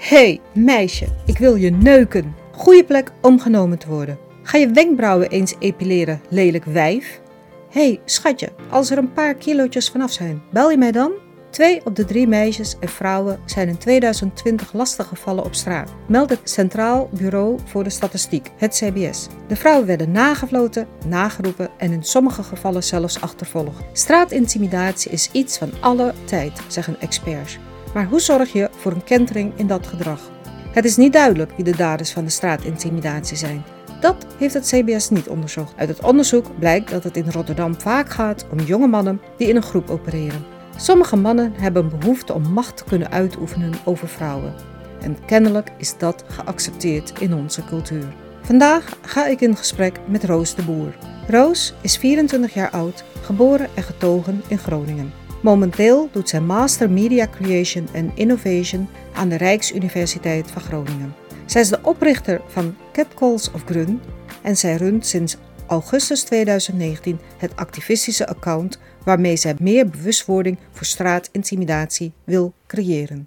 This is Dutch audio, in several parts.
Hey, meisje, ik wil je neuken. Goeie plek om genomen te worden. Ga je wenkbrauwen eens epileren, lelijk wijf? Hey, schatje, als er een paar kilootjes vanaf zijn, bel je mij dan? 2 op de 3 meisjes en vrouwen zijn in 2020 lastiggevallen op straat, meldt het Centraal Bureau voor de Statistiek, het CBS. De vrouwen werden nagefloten, nageroepen en in sommige gevallen zelfs achtervolgd. Straatintimidatie is iets van alle tijd, zeggen experts. Maar hoe zorg je voor een kentering in dat gedrag? Het is niet duidelijk wie de daders van de straatintimidatie zijn. Dat heeft het CBS niet onderzocht. Uit het onderzoek blijkt dat het in Rotterdam vaak gaat om jonge mannen die in een groep opereren. Sommige mannen hebben een behoefte om macht te kunnen uitoefenen over vrouwen. En kennelijk is dat geaccepteerd in onze cultuur. Vandaag ga ik in gesprek met Roos de Boer. Roos is 24 jaar oud, geboren en getogen in Groningen. Momenteel doet zij Master Media Creation and Innovation aan de Rijksuniversiteit van Groningen. Zij is de oprichter van Catcalls of Grun en zij runt sinds augustus 2019 het activistische account waarmee zij meer bewustwording voor straatintimidatie wil creëren.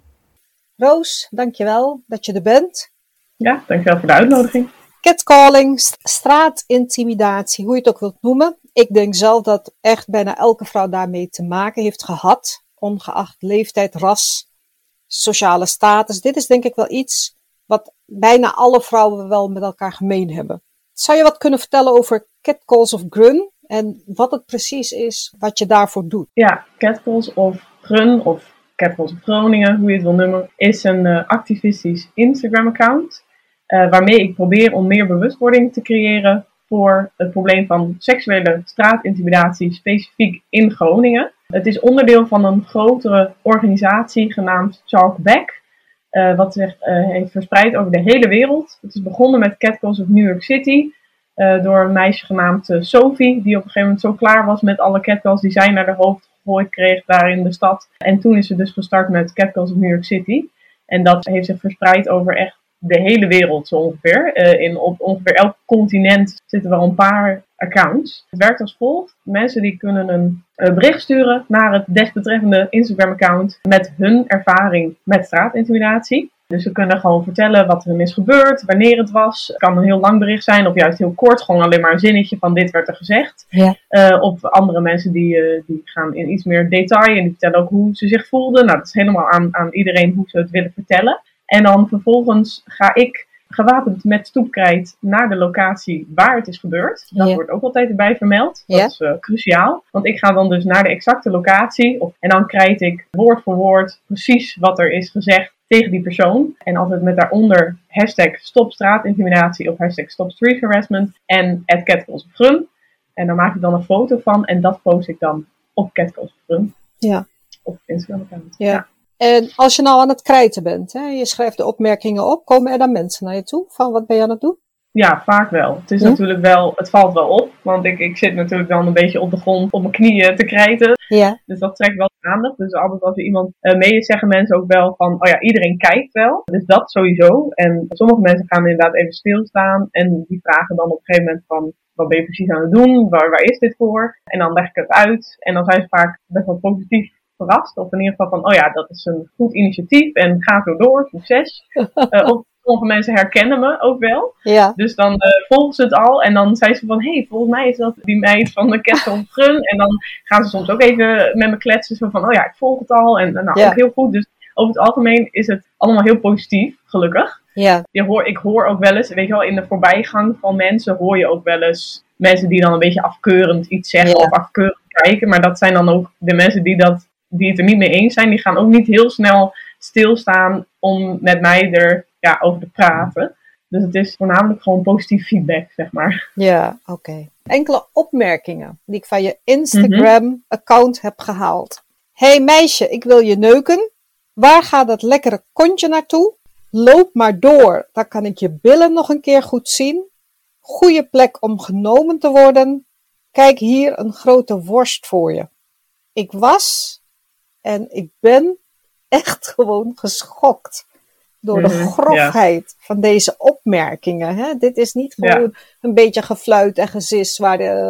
Roos, dankjewel dat je er bent. Ja, dankjewel voor de uitnodiging. Catcalling, straatintimidatie, hoe je het ook wilt noemen. Ik denk zelf dat echt bijna elke vrouw daarmee te maken heeft gehad, ongeacht leeftijd, ras, sociale status. Dit is denk ik wel iets wat bijna alle vrouwen wel met elkaar gemeen hebben. Zou je wat kunnen vertellen over Catcalls of Grun en wat het precies is wat je daarvoor doet? Ja, Catcalls of Grun of Catcalls of Groningen, hoe je het wil noemen, is een activistisch Instagram-account waarmee ik probeer om meer bewustwording te creëren voor het probleem van seksuele straatintimidatie, specifiek in Groningen. Het is onderdeel van een grotere organisatie genaamd Talk Back, wat zich heeft verspreid over de hele wereld. Het is begonnen met Catcalls of New York City, door een meisje genaamd Sophie, die op een gegeven moment zo klaar was met alle catcalls die zij naar de hoofd gegooid kreeg daar in de stad. En toen is ze dus gestart met Catcalls of New York City. En dat heeft zich verspreid over echt de hele wereld zo ongeveer. Op ongeveer elk continent zitten wel een paar accounts. Het werkt als volgt. Mensen die kunnen een bericht sturen naar het desbetreffende Instagram-account met hun ervaring met straatintimidatie. Dus ze kunnen gewoon vertellen wat er is gebeurd, wanneer het was. Het kan een heel lang bericht zijn of juist heel kort. Gewoon alleen maar een zinnetje van dit werd er gezegd. Ja. Of andere mensen die gaan in iets meer detail en die vertellen ook hoe ze zich voelden. Nou, dat is helemaal aan iedereen hoe ze het willen vertellen. En dan vervolgens ga ik gewapend met stoepkrijt naar de locatie waar het is gebeurd. Dat wordt ook altijd erbij vermeld. Dat is cruciaal. Want ik ga dan dus naar de exacte locatie. En dan krijg ik woord voor woord precies wat er is gezegd tegen die persoon. En altijd met daaronder #stopstraatintimidatie of #stopstreetharassment en @catcallsofgrun. En daar maak ik dan een foto van en dat post ik dan op Catcalls of Grun. Ja. Op Instagram-account. Ja. En als je nou aan het krijten bent, hè, je schrijft de opmerkingen op, komen er dan mensen naar je toe? Van wat ben je aan het doen? Ja, vaak wel. Het is natuurlijk wel, het valt wel op. Want ik zit natuurlijk dan een beetje op de grond op mijn knieën te krijten. Ja. Dus dat trekt wel aandacht. Dus altijd als er iemand mee is, zeggen mensen ook wel van, oh ja, iedereen kijkt wel. Dus dat sowieso. En sommige mensen gaan inderdaad even stilstaan. En die vragen dan op een gegeven moment van, wat ben je precies aan het doen? Waar is dit voor? En dan leg ik het uit. En dan zijn ze vaak best wel positief verrast. Of in ieder geval van, oh ja, dat is een goed initiatief. En ga zo door, succes. Of sommige mensen herkennen me ook wel. Ja. Dus dan volgen ze het al. En dan zijn ze van, hey, volgens mij is dat die meid van de Catcalls of Grun. En dan gaan ze soms ook even met me kletsen. Zo van, oh ja, ik volg het al. En ook heel goed. Dus over het algemeen is het allemaal heel positief, gelukkig. Ja. Ik hoor ook wel eens, weet je wel, in de voorbijgang van mensen hoor je ook wel eens mensen die dan een beetje afkeurend iets zeggen of afkeurend kijken. Maar dat zijn dan ook de mensen die het er niet mee eens zijn. Die gaan ook niet heel snel stilstaan om met mij over te praten. Dus het is voornamelijk gewoon positief feedback, zeg maar. Ja, oké. Enkele opmerkingen die ik van je Instagram-account heb gehaald. Hey meisje, ik wil je neuken. Waar gaat dat lekkere kontje naartoe? Loop maar door, dan kan ik je billen nog een keer goed zien. Goeie plek om genomen te worden. Kijk hier een grote worst voor je. Ik was en ik ben echt gewoon geschokt door de grofheid van deze opmerkingen. Hè? Dit is niet gewoon een beetje gefluit en gezis waar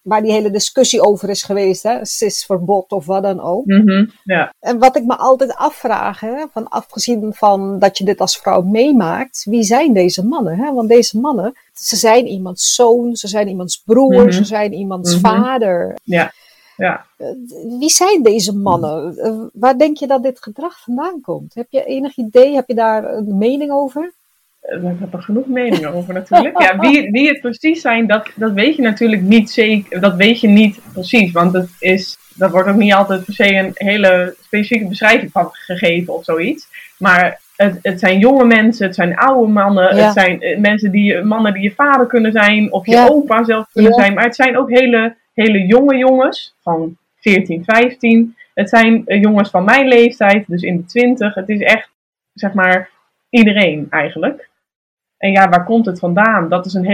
waar die hele discussie over is geweest, hè, cisverbod of wat dan ook. Ja. En wat ik me altijd afvraag, hè, van afgezien van dat je dit als vrouw meemaakt, wie zijn deze mannen? Hè? Want deze mannen, ze zijn iemands zoon, ze zijn iemands broer, ze zijn iemands vader. Ja. Wie zijn deze mannen? Waar denk je dat dit gedrag vandaan komt? Heb je enig idee? Heb je daar een mening over? Ik heb er genoeg meningen over natuurlijk. Ja, wie het precies zijn, dat weet je natuurlijk niet zeker. Dat weet je niet precies, want dat wordt ook niet altijd per se een hele specifieke beschrijving van gegeven of zoiets. Maar het zijn jonge mensen, het zijn oude mannen, het zijn mannen die je vader kunnen zijn of je opa zelf kunnen zijn. Maar het zijn ook hele jonge jongens van 14, 15. Het zijn jongens van mijn leeftijd, dus in de 20. Het is echt, zeg maar, iedereen eigenlijk. En ja, waar komt het vandaan? Dat is een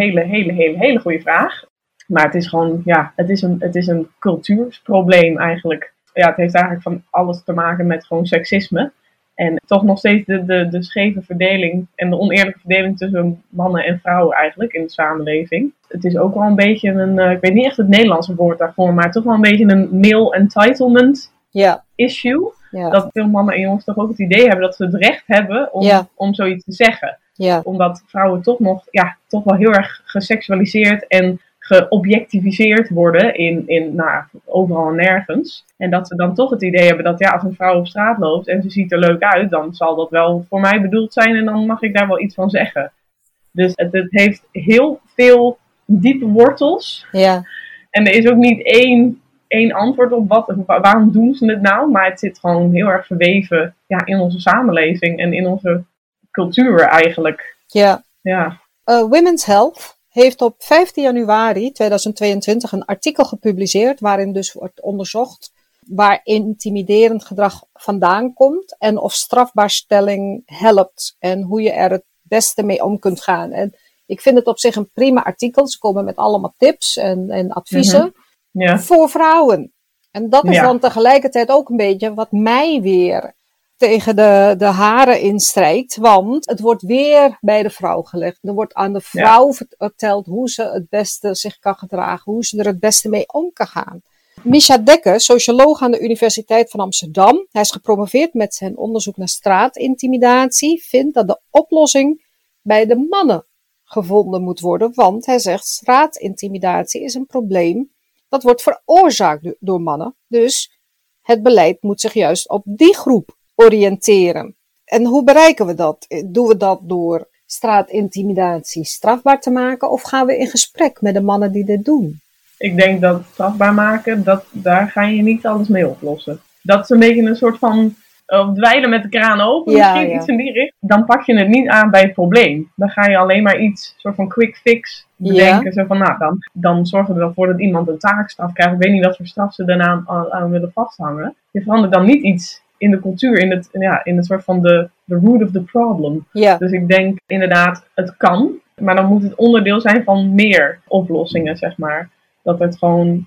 hele goede vraag. Maar het is gewoon, het is een cultuurprobleem eigenlijk. Ja, het heeft eigenlijk van alles te maken met gewoon seksisme. En toch nog steeds de scheve verdeling en de oneerlijke verdeling tussen mannen en vrouwen eigenlijk in de samenleving. Het is ook wel een beetje ik weet niet echt het Nederlandse woord daarvoor, maar toch wel een beetje een male entitlement issue. Ja. Dat veel mannen en jongens toch ook het idee hebben dat ze het recht hebben om zoiets te zeggen. Ja. Omdat vrouwen toch wel heel erg geseksualiseerd en geobjectificeerd worden in overal en nergens. En dat ze dan toch het idee hebben dat als een vrouw op straat loopt en ze ziet er leuk uit, dan zal dat wel voor mij bedoeld zijn en dan mag ik daar wel iets van zeggen. Dus het heeft heel veel diepe wortels. Ja. En er is ook niet één antwoord op waarom doen ze het nou, maar het zit gewoon heel erg verweven in onze samenleving en in onze cultuur eigenlijk. Ja. Women's Health heeft op 15 januari 2022 een artikel gepubliceerd waarin dus wordt onderzocht waar intimiderend gedrag vandaan komt en of strafbaarstelling helpt en hoe je er het beste mee om kunt gaan. En ik vind het op zich een prima artikel. Ze komen met allemaal tips en adviezen voor vrouwen. En dat is dan tegelijkertijd ook een beetje wat mij weer tegen de haren instrijkt, want het wordt weer bij de vrouw gelegd. Er wordt aan de vrouw verteld hoe ze het beste zich kan gedragen, hoe ze er het beste mee om kan gaan. Misha Dekker, socioloog aan de Universiteit van Amsterdam, hij is gepromoveerd met zijn onderzoek naar straatintimidatie, vindt dat de oplossing bij de mannen gevonden moet worden, want hij zegt straatintimidatie is een probleem dat wordt veroorzaakt door mannen, dus het beleid moet zich juist op die groep oriënteren. En hoe bereiken we dat? Doen we dat door straatintimidatie strafbaar te maken of gaan we in gesprek met de mannen die dit doen? Ik denk dat strafbaar maken, daar ga je niet alles mee oplossen. Dat is een beetje een soort van dweilen met de kraan open, misschien iets in die richting. Dan pak je het niet aan bij het probleem. Dan ga je alleen maar iets, soort van quick fix bedenken. Zo van, dan zorgen we ervoor dat iemand een taakstraf krijgt. Ik weet niet wat voor straf ze daarna aan willen vasthangen. Je verandert dan niet iets in de cultuur, in het soort van de root of the problem. Ja. Dus ik denk inderdaad, het kan. Maar dan moet het onderdeel zijn van meer oplossingen, zeg maar. Dat het gewoon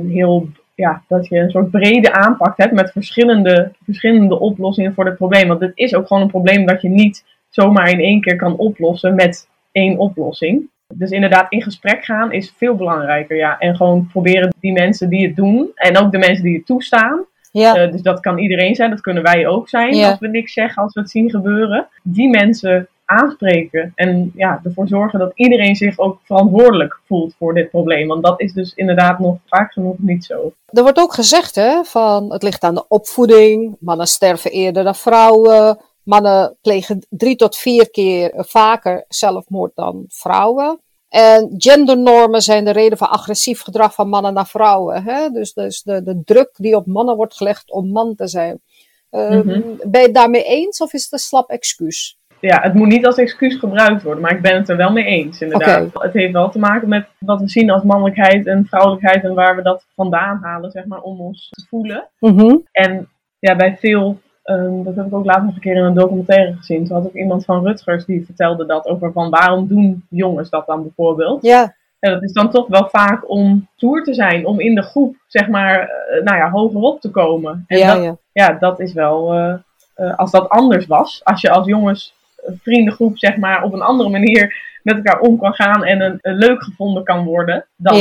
dat je een soort brede aanpak hebt met verschillende oplossingen voor het probleem. Want het is ook gewoon een probleem dat je niet zomaar in één keer kan oplossen met één oplossing. Dus inderdaad, in gesprek gaan is veel belangrijker. Ja. En gewoon proberen die mensen die het doen en ook de mensen die het toestaan. Ja. Dus dat kan iedereen zijn, dat kunnen wij ook zijn als we niks zeggen, als we het zien gebeuren. Die mensen aanspreken en ervoor zorgen dat iedereen zich ook verantwoordelijk voelt voor dit probleem. Want dat is dus inderdaad nog vaak genoeg niet zo. Er wordt ook gezegd van het ligt aan de opvoeding, mannen sterven eerder dan vrouwen, mannen plegen 3 tot 4 keer vaker zelfmoord dan vrouwen. En gendernormen zijn de reden voor agressief gedrag van mannen naar vrouwen. Hè? Dus de druk die op mannen wordt gelegd om man te zijn. Ben je het daarmee eens of is het een slap excuus? Ja, het moet niet als excuus gebruikt worden, maar ik ben het er wel mee eens, inderdaad. Okay. Het heeft wel te maken met wat we zien als mannelijkheid en vrouwelijkheid en waar we dat vandaan halen, zeg maar, om ons te voelen. En bij veel, dat heb ik ook laatst nog een keer in een documentaire gezien. Toen had ook iemand van Rutgers die vertelde dat over van waarom doen jongens dat dan bijvoorbeeld. Ja. En dat is dan toch wel vaak om stoer te zijn, om in de groep, zeg maar, hogerop te komen. En dat is wel, als dat anders was, als je als jongens vriendengroep, zeg maar, op een andere manier met elkaar om kan gaan en een leuk gevonden kan worden, dan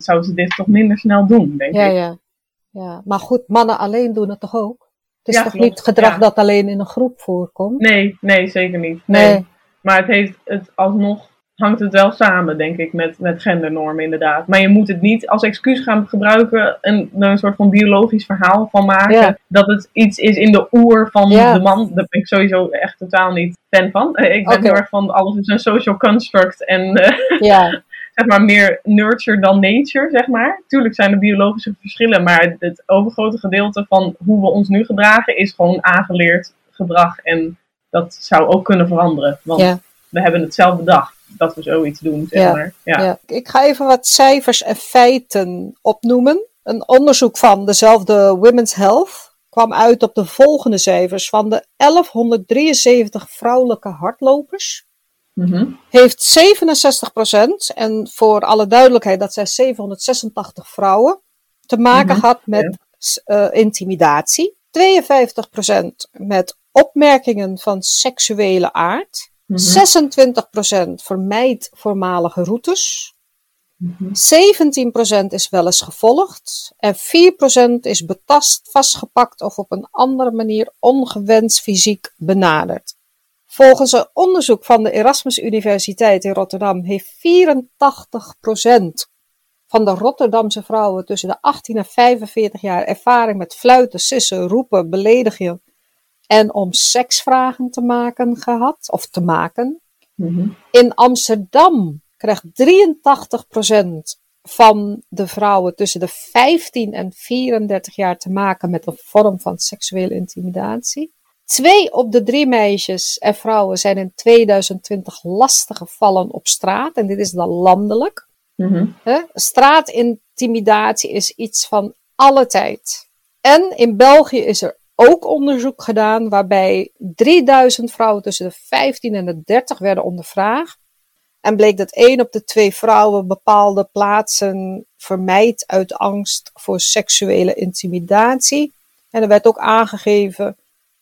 zouden ze dit toch minder snel doen, denk ik. Ja, maar goed, mannen alleen doen het toch ook? Het is toch klopt. niet gedrag dat alleen in een groep voorkomt? Nee, zeker niet. Nee. Maar alsnog hangt het wel samen, denk ik, met gendernormen inderdaad. Maar je moet het niet als excuus gaan gebruiken en er een soort van biologisch verhaal van maken. Ja. Dat het iets is in de oer van de man. Daar ben ik sowieso echt totaal niet fan van. Ik ben heel erg van alles is een social construct en zeg maar meer nurture dan nature, zeg maar. Tuurlijk zijn er biologische verschillen, maar het overgrote gedeelte van hoe we ons nu gedragen is gewoon aangeleerd gedrag. En dat zou ook kunnen veranderen, want we hebben het zelf bedacht dat we zoiets doen, zeg maar. Ja. Ik ga even wat cijfers en feiten opnoemen. Een onderzoek van dezelfde Women's Health kwam uit op de volgende cijfers. Van de 1173 vrouwelijke hardlopers heeft 67%, en voor alle duidelijkheid, dat zijn 786 vrouwen, te maken gehad met intimidatie. 52% met opmerkingen van seksuele aard. 26% vermijdt voormalige routes. 17% is wel eens gevolgd. En 4% is betast, vastgepakt of op een andere manier ongewenst fysiek benaderd. Volgens een onderzoek van de Erasmus Universiteit in Rotterdam heeft 84% van de Rotterdamse vrouwen tussen de 18 en 45 jaar ervaring met fluiten, sissen, roepen, beledigen en om seksvragen te maken. In Amsterdam krijgt 83% van de vrouwen tussen de 15 en 34 jaar te maken met een vorm van seksuele intimidatie. 2 op de 3 meisjes en vrouwen zijn in 2020 lastiggevallen op straat. En dit is dan landelijk. Straatintimidatie is iets van alle tijd. En in België is er ook onderzoek gedaan waarbij 3000 vrouwen tussen de 15 en de 30 werden ondervraagd. En bleek dat 1 op de 2 vrouwen bepaalde plaatsen vermijdt uit angst voor seksuele intimidatie. En er werd ook aangegeven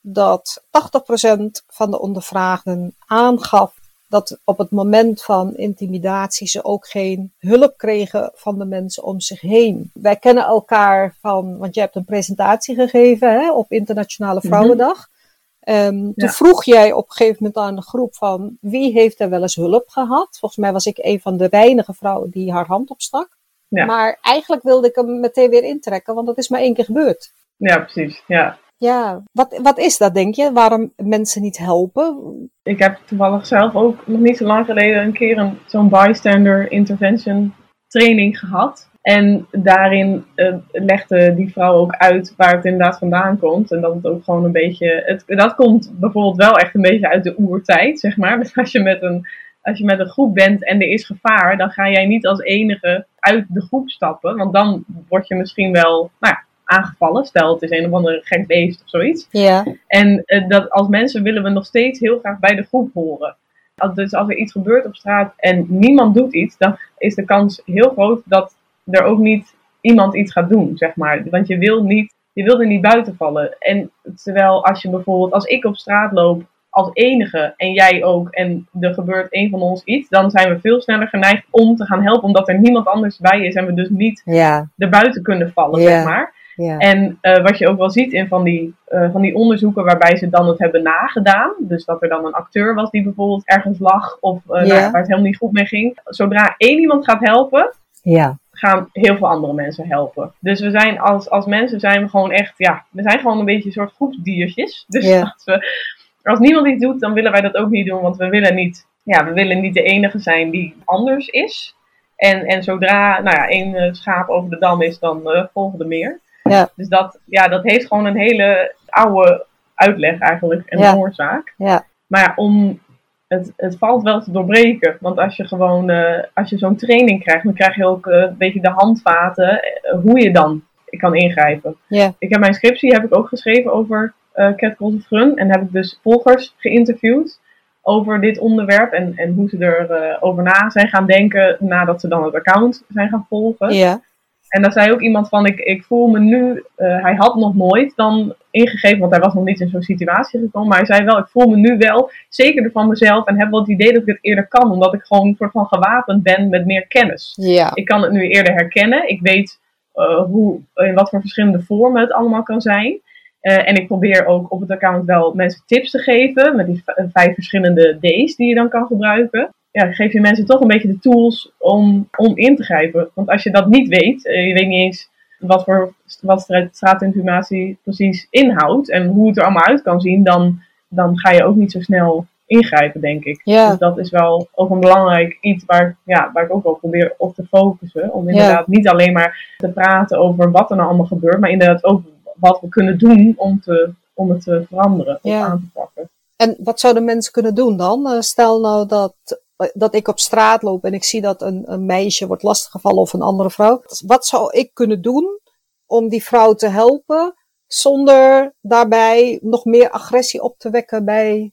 dat 80% van de ondervraagden aangaf dat op het moment van intimidatie ze ook geen hulp kregen van de mensen om zich heen. Wij kennen elkaar van, want je hebt een presentatie gegeven op Internationale Vrouwendag. Toen vroeg jij op een gegeven moment aan de groep van wie heeft er wel eens hulp gehad? Volgens mij was ik een van de weinige vrouwen die haar hand opstak. Ja. Maar eigenlijk wilde ik hem meteen weer intrekken, want dat is maar 1 keer gebeurd. Ja, precies. Ja, wat is dat, denk je? Waarom mensen niet helpen? Ik heb toevallig zelf ook nog niet zo lang geleden een keer zo'n bystander intervention training gehad. En daarin legde die vrouw ook uit waar het inderdaad vandaan komt. En dat het ook gewoon een beetje... Dat komt bijvoorbeeld wel echt een beetje uit de oertijd, zeg maar. Dus als je met een groep bent en er is gevaar, dan ga jij niet als enige uit de groep stappen. Want dan word je misschien wel aangevallen. Stel, het is een of andere gek beest of zoiets. Ja. En dat als mensen willen we nog steeds heel graag bij de groep horen. Dus als er iets gebeurt op straat en niemand doet iets, dan is de kans heel groot dat er ook niet iemand iets gaat doen, zeg maar. Want je wil er niet buiten vallen. En terwijl als ik op straat loop als enige en jij ook en er gebeurt een van ons iets, dan zijn we veel sneller geneigd om te gaan helpen, omdat er niemand anders bij is en we dus niet erbuiten kunnen vallen, zeg maar. Ja. En wat je ook wel ziet in van die onderzoeken waarbij ze dan het hebben nagedaan. Dus dat er dan een acteur was die bijvoorbeeld ergens lag of waar het helemaal niet goed mee ging. Zodra 1 iemand gaat helpen, gaan heel veel andere mensen helpen. Dus we zijn als mensen zijn we gewoon echt, we zijn gewoon een beetje een soort groepsdiertjes. Dus als niemand iets doet, dan willen wij dat ook niet doen. Want we willen niet de enige zijn die anders is. En zodra 1 schaap over de dam is, dan volgen er meer. Ja. Dus dat heeft gewoon een hele oude uitleg eigenlijk en oorzaak. Ja. Maar het valt wel te doorbreken. Want als je zo'n training krijgt, dan krijg je ook een beetje de handvaten hoe je dan kan ingrijpen. Ja. Mijn scriptie heb ik ook geschreven over catcalls of run. En heb ik dus volgers geïnterviewd over dit onderwerp en hoe ze erover na zijn gaan denken nadat ze dan het account zijn gaan volgen. Ja. En daar zei ook iemand van, ik voel me nu, hij had nog nooit dan ingegeven, want hij was nog niet in zo'n situatie gekomen, maar hij zei wel, ik voel me nu wel zekerder van mezelf en heb wel het idee dat ik het eerder kan, omdat ik gewoon een soort van gewapend ben met meer kennis. Ja. Ik kan het nu eerder herkennen, ik weet in wat voor verschillende vormen het allemaal kan zijn. En ik probeer ook op het account wel mensen tips te geven, met die 5 verschillende D's die je dan kan gebruiken. Ja, geef je mensen toch een beetje de tools om in te grijpen. Want als je dat niet weet, je weet niet eens wat straatintimatie precies inhoudt en hoe het er allemaal uit kan zien, dan ga je ook niet zo snel ingrijpen, denk ik. Ja. Dus dat is wel ook een belangrijk iets waar ik ook wel probeer op te focussen. Om inderdaad niet alleen maar te praten over wat er nou allemaal gebeurt, maar inderdaad ook wat we kunnen doen om het te veranderen of aan te pakken. En wat zouden mensen kunnen doen dan? Stel nou dat ik op straat loop en ik zie dat een meisje wordt lastiggevallen of een andere vrouw. Wat zou ik kunnen doen om die vrouw te helpen zonder daarbij nog meer agressie op te wekken bij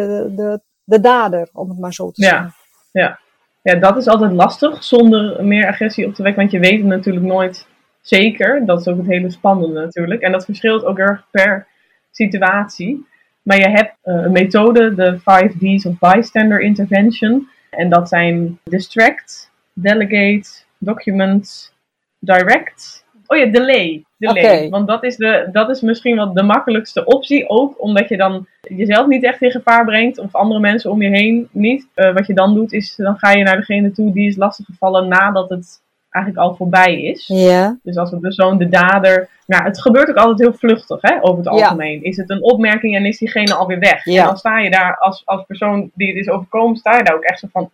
de dader, om het maar zo te zeggen? Ja, dat is altijd lastig, zonder meer agressie op te wekken, want je weet het natuurlijk nooit zeker. Dat is ook het hele spannende natuurlijk. En dat verschilt ook erg per situatie. Maar je hebt een methode, de 5 D's of Bystander Intervention. En dat zijn distract, delegate, document, direct. Oh ja, delay. Okay. Want dat is misschien wel de makkelijkste optie. Ook omdat je dan jezelf niet echt in gevaar brengt. Of andere mensen om je heen niet. Wat je dan doet is, dan ga je naar degene toe die is lastiggevallen nadat het eigenlijk al voorbij is. Ja. Dus als de persoon, de dader... Nou, het gebeurt ook altijd heel vluchtig, hè, over het algemeen. Is het een opmerking en is diegene alweer weg. Ja. En dan sta je daar als persoon die het is overkomen, sta je daar ook echt zo van...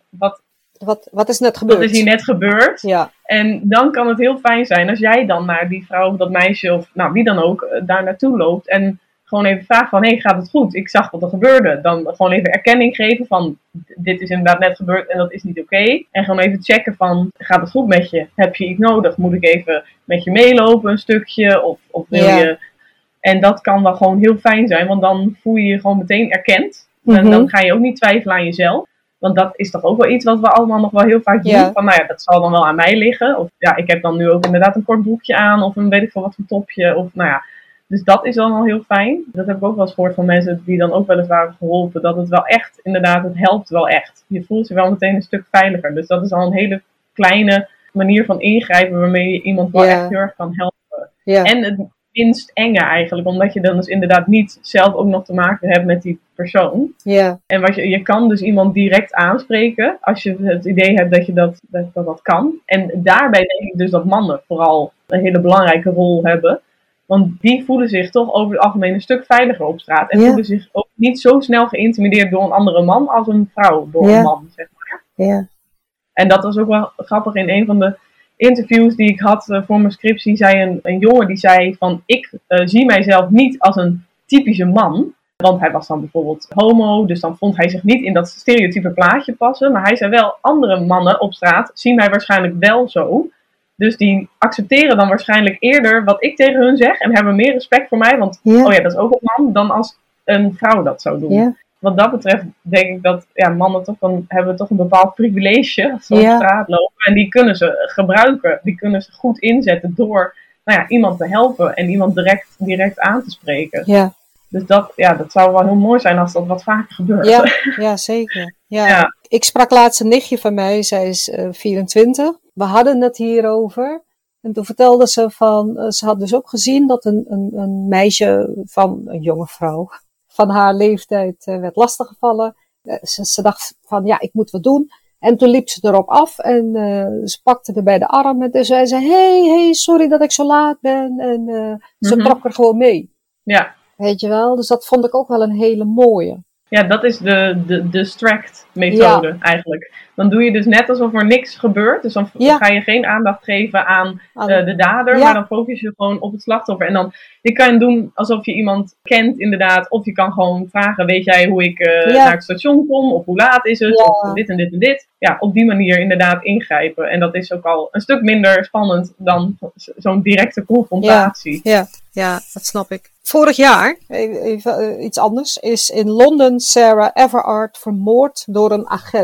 Wat is net gebeurd? Wat is hier net gebeurd? Ja. En dan kan het heel fijn zijn als jij dan naar die vrouw of dat meisje of nou wie dan ook daar naartoe loopt en gewoon even vraagt van, hey, gaat het goed? Ik zag wat er gebeurde. Dan gewoon even erkenning geven van, dit is inderdaad net gebeurd en dat is niet oké. En gewoon even checken van, gaat het goed met je? Heb je iets nodig? Moet ik even met je meelopen een stukje? Of wil je... En dat kan wel gewoon heel fijn zijn, want dan voel je je gewoon meteen erkend. En dan ga je ook niet twijfelen aan jezelf. Want dat is toch ook wel iets wat we allemaal nog wel heel vaak doen. Van, nou ja, dat zal dan wel aan mij liggen. Of ja, ik heb dan nu ook inderdaad een kort broekje aan. Of een weet ik veel wat voor topje. Of nou ja. Dus dat is dan al heel fijn. Dat heb ik ook wel eens gehoord van mensen die dan ook wel eens waren geholpen. Dat het wel echt, inderdaad, het helpt wel echt. Je voelt je wel meteen een stuk veiliger. Dus dat is al een hele kleine manier van ingrijpen waarmee je iemand wel echt heel erg kan helpen. Ja. En het minst enge eigenlijk. Omdat je dan dus inderdaad niet zelf ook nog te maken hebt met die persoon. Ja. En je kan dus iemand direct aanspreken. Als je het idee hebt dat je dat kan. En daarbij denk ik dus dat mannen vooral een hele belangrijke rol hebben. Want die voelen zich toch over het algemeen een stuk veiliger op straat. En voelen zich ook niet zo snel geïntimideerd door een andere man als een vrouw door een man, zeg maar. Ja. En dat was ook wel grappig in een van de interviews die ik had voor mijn scriptie. Zei een jongen die zei van, ik zie mijzelf niet als een typische man. Want hij was dan bijvoorbeeld homo, dus dan vond hij zich niet in dat stereotype plaatje passen. Maar hij zei wel, andere mannen op straat zien mij waarschijnlijk wel zo. Dus die accepteren dan waarschijnlijk eerder wat ik tegen hun zeg. En hebben meer respect voor mij. Want oh ja, dat is ook een man. Dan als een vrouw dat zou doen. Ja. Wat dat betreft denk ik dat mannen hebben toch een bepaald privilege. Als ze op straat lopen. En die kunnen ze gebruiken. Die kunnen ze goed inzetten door iemand te helpen. En iemand direct aan te spreken. Ja. Dus dat zou wel heel mooi zijn als dat wat vaker gebeurt. Ja, zeker. Ja. Ik sprak laatst een nichtje van mij. Zij is 24. We hadden het hierover. En toen vertelde ze van, ze had dus ook gezien dat een meisje van een jonge vrouw van haar leeftijd werd lastiggevallen. Ze dacht van, ik moet wat doen. En toen liep ze erop af en ze pakte er bij de arm. En zei ze, hey, sorry dat ik zo laat ben. En ze trok er gewoon mee. Ja. Weet je wel? Dus dat vond ik ook wel een hele mooie. Ja, dat is de distract methode eigenlijk. Dan doe je dus net alsof er niks gebeurt. Dus dan ga je geen aandacht geven aan de dader. Maar dan focus je gewoon op het slachtoffer. En dan je kan doen alsof je iemand kent inderdaad. Of je kan gewoon vragen, weet jij hoe ik naar het station kom? Of hoe laat is het? Of dit en dit en dit. Ja, op die manier inderdaad ingrijpen. En dat is ook al een stuk minder spannend dan zo'n directe confrontatie. Ja, dat snap ik. Vorig jaar, even iets anders, is in Londen Sarah Everard vermoord door een agent.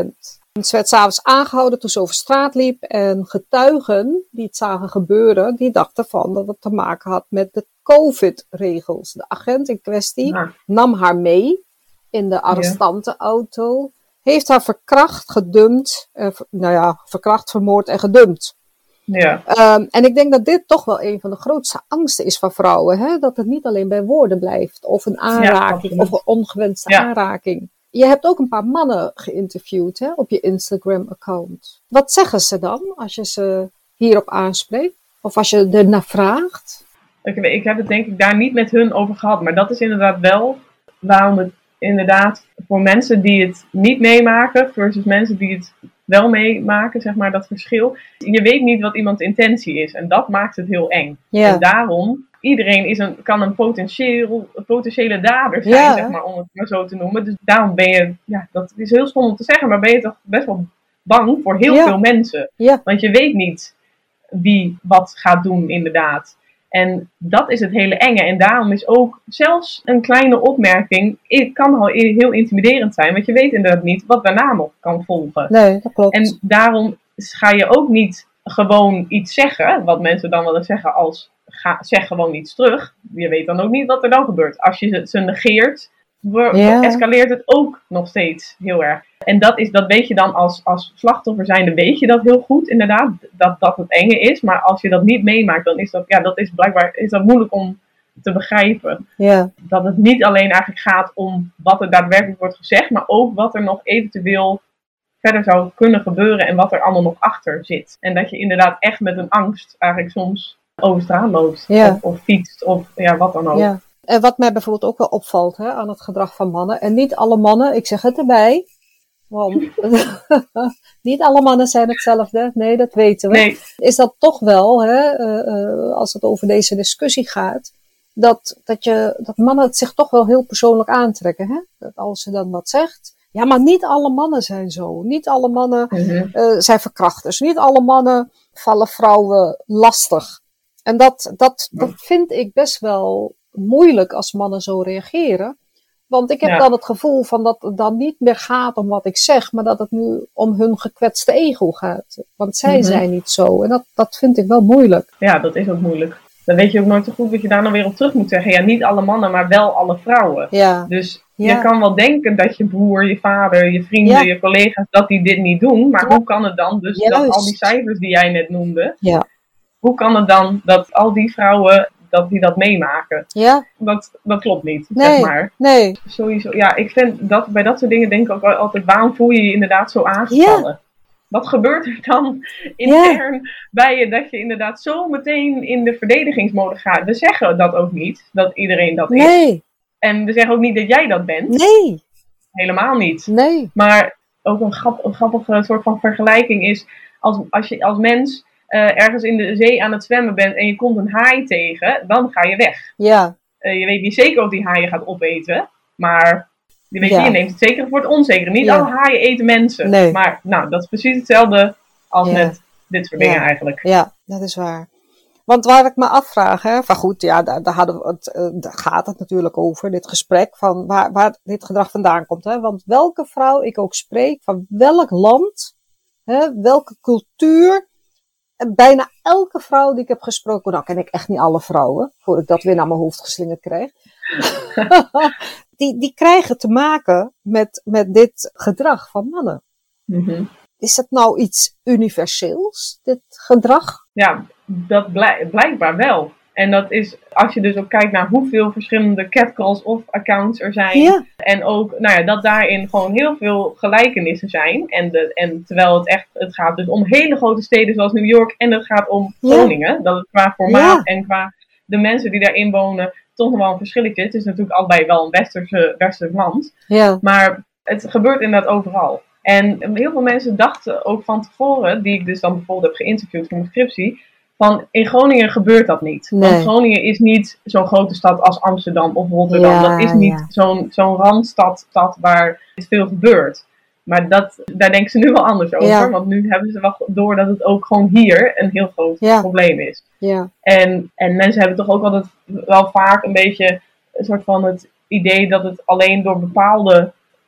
Ze werd 's avonds aangehouden toen ze over straat liep. En getuigen die het zagen gebeuren, die dachten van dat het te maken had met de COVID-regels. De agent in kwestie nam haar mee in de arrestantenauto. Heeft haar verkracht, gedumpt. Verkracht, vermoord en gedumpt. Ja. En ik denk dat dit toch wel een van de grootste angsten is van vrouwen. Hè? Dat het niet alleen bij woorden blijft. Of een aanraking, of een ongewenste aanraking. Je hebt ook een paar mannen geïnterviewd, hè, op je Instagram-account. Wat zeggen ze dan als je ze hierop aanspreekt? Of als je ernaar vraagt? Ik heb het denk ik daar niet met hun over gehad. Maar dat is inderdaad wel waarom het inderdaad voor mensen die het niet meemaken versus mensen die het wel meemaken, zeg maar, dat verschil. Je weet niet wat iemands intentie is. En dat maakt het heel eng. Ja. En daarom, iedereen kan een potentiële dader zijn, zeg maar, om het maar zo te noemen. Dus daarom ben je, dat is heel stom om te zeggen, maar ben je toch best wel bang voor heel veel mensen. Ja. Want je weet niet wie wat gaat doen, inderdaad. En dat is het hele enge. En daarom is ook zelfs een kleine opmerking kan al heel intimiderend zijn. Want je weet inderdaad niet wat daarna nog kan volgen. Nee, dat klopt. En daarom ga je ook niet gewoon iets zeggen. Wat mensen dan wel eens zeggen als zeg gewoon iets terug. Je weet dan ook niet wat er dan gebeurt. Als je ze negeert, escaleert het ook nog steeds heel erg. En dat weet je dan als slachtoffer zijnde, weet je dat heel goed inderdaad, dat het enge is. Maar als je dat niet meemaakt, dan is dat is blijkbaar moeilijk om te begrijpen. Ja. Dat het niet alleen eigenlijk gaat om wat er daadwerkelijk wordt gezegd, maar ook wat er nog eventueel verder zou kunnen gebeuren en wat er allemaal nog achter zit. En dat je inderdaad echt met een angst eigenlijk soms over straat loopt. Ja. Of fietst of wat dan ook. Ja. En wat mij bijvoorbeeld ook wel opvalt, hè, aan het gedrag van mannen. En niet alle mannen, ik zeg het erbij. Want niet alle mannen zijn hetzelfde. Nee, dat weten we. Nee. Is dat toch wel, hè, als het over deze discussie gaat, dat mannen het zich toch wel heel persoonlijk aantrekken. Hè? Dat als ze dan wat zegt. Ja, maar niet alle mannen zijn zo. Niet alle mannen zijn verkrachters. Niet alle mannen vallen vrouwen lastig. En dat vind ik best wel moeilijk als mannen zo reageren. Want ik heb dan het gevoel van dat het dan niet meer gaat om wat ik zeg, maar dat het nu om hun gekwetste ego gaat. Want zij zijn niet zo. En dat vind ik wel moeilijk. Ja, dat is ook moeilijk. Dan weet je ook nooit zo goed wat je daar dan weer op terug moet zeggen. Ja, niet alle mannen, maar wel alle vrouwen. Ja. Dus je kan wel denken dat je broer, je vader, je vrienden, je collega's, dat die dit niet doen. Maar hoe kan het dan, dus dat al die cijfers die jij net noemde, hoe kan het dan dat al die vrouwen die dat meemaken? Ja. Dat klopt niet, nee, zeg maar. Nee. Sowieso, ja, ik vind dat bij dat soort dingen denk ik ook altijd, waarom voel je je inderdaad zo aangevallen? Ja. Wat gebeurt er dan intern bij je dat je inderdaad zo meteen in de verdedigingsmode gaat? We zeggen dat ook niet, dat iedereen dat is. En we zeggen ook niet dat jij dat bent. Nee. Helemaal niet. Nee. Maar ook een grappige soort van vergelijking is, als je als mens ergens in de zee aan het zwemmen bent en je komt een haai tegen, dan ga je weg. Ja. Je weet niet zeker of die haai je gaat opeten, maar je neemt het zeker voor het onzekere. Niet alle haaien eten mensen. Nee. Maar dat is precies hetzelfde als met dit soort dingen eigenlijk. Ja, dat is waar. Want waar ik me afvraag, hè, van goed, daar gaat het natuurlijk over, dit gesprek, van waar dit gedrag vandaan komt. Hè? Want welke vrouw ik ook spreek, van welk land, hè, welke cultuur, bijna elke vrouw die ik heb gesproken, nou ken ik echt niet alle vrouwen, voor ik dat weer naar mijn hoofd geslingerd krijg, die krijgen te maken met dit gedrag van mannen. Mm-hmm. Is dat nou iets universeels, dit gedrag? Ja, dat blijkbaar wel. En dat is, als je dus ook kijkt naar hoeveel verschillende catcalls of accounts er zijn. Ja. En ook, dat daarin gewoon heel veel gelijkenissen zijn. En terwijl het gaat dus om hele grote steden zoals New York. En het gaat om Groningen. Ja. Dat het qua formaat en qua de mensen die daarin wonen toch nog wel een verschilletje. Het is natuurlijk allebei wel een westers land. Ja. Maar het gebeurt inderdaad overal. En heel veel mensen dachten ook van tevoren, die ik dus dan bijvoorbeeld heb geïnterviewd voor mijn scriptie, van in Groningen gebeurt dat niet. Nee. Want Groningen is niet zo'n grote stad als Amsterdam of Rotterdam. Ja, dat is niet zo'n randstad waar veel gebeurt. Maar daar denken ze nu wel anders over. Ja. Want nu hebben ze wel door dat het ook gewoon hier een heel groot probleem is. Ja. En mensen hebben toch ook altijd wel vaak een beetje een soort van het idee dat het alleen door bepaalde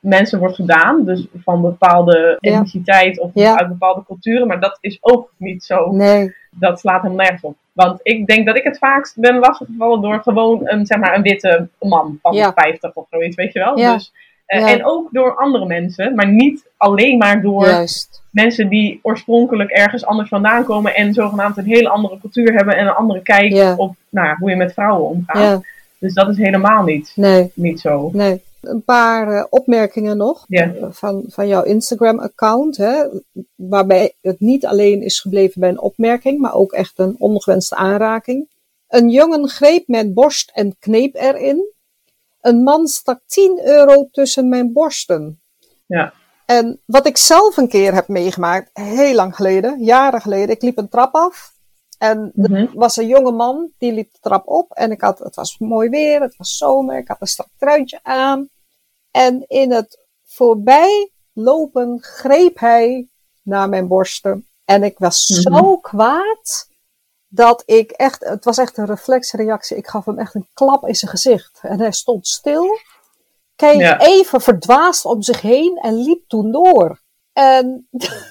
mensen wordt gedaan. Dus van bepaalde etniciteit of uit bepaalde culturen. Maar dat is ook niet zo. Nee. Dat slaat hem nergens op. Want ik denk dat ik het vaakst ben lastiggevallen door gewoon een witte man van 50 of zoiets, weet je wel. Ja. Dus, en ook door andere mensen, maar niet alleen maar door mensen die oorspronkelijk ergens anders vandaan komen en zogenaamd een hele andere cultuur hebben en een andere kijk op hoe je met vrouwen omgaat. Ja. Dus dat is helemaal niet zo. Nee. Een paar opmerkingen nog van jouw Instagram-account. Hè, waarbij het niet alleen is gebleven bij een opmerking, maar ook echt een ongewenste aanraking. Een jongen greep mijn borst en kneep erin. Een man stak 10 euro tussen mijn borsten. Ja. En wat ik zelf een keer heb meegemaakt, heel lang geleden, jaren geleden. Ik liep een trap af. En er was een jonge man, die liep de trap op. En het was mooi weer, het was zomer, ik had een strak truitje aan. En in het voorbij lopen greep hij naar mijn borsten. En ik was zo kwaad, dat ik echt, het was echt een reflexreactie. Ik gaf hem echt een klap in zijn gezicht. En hij stond stil, keek even verdwaasd om zich heen en liep toen door. En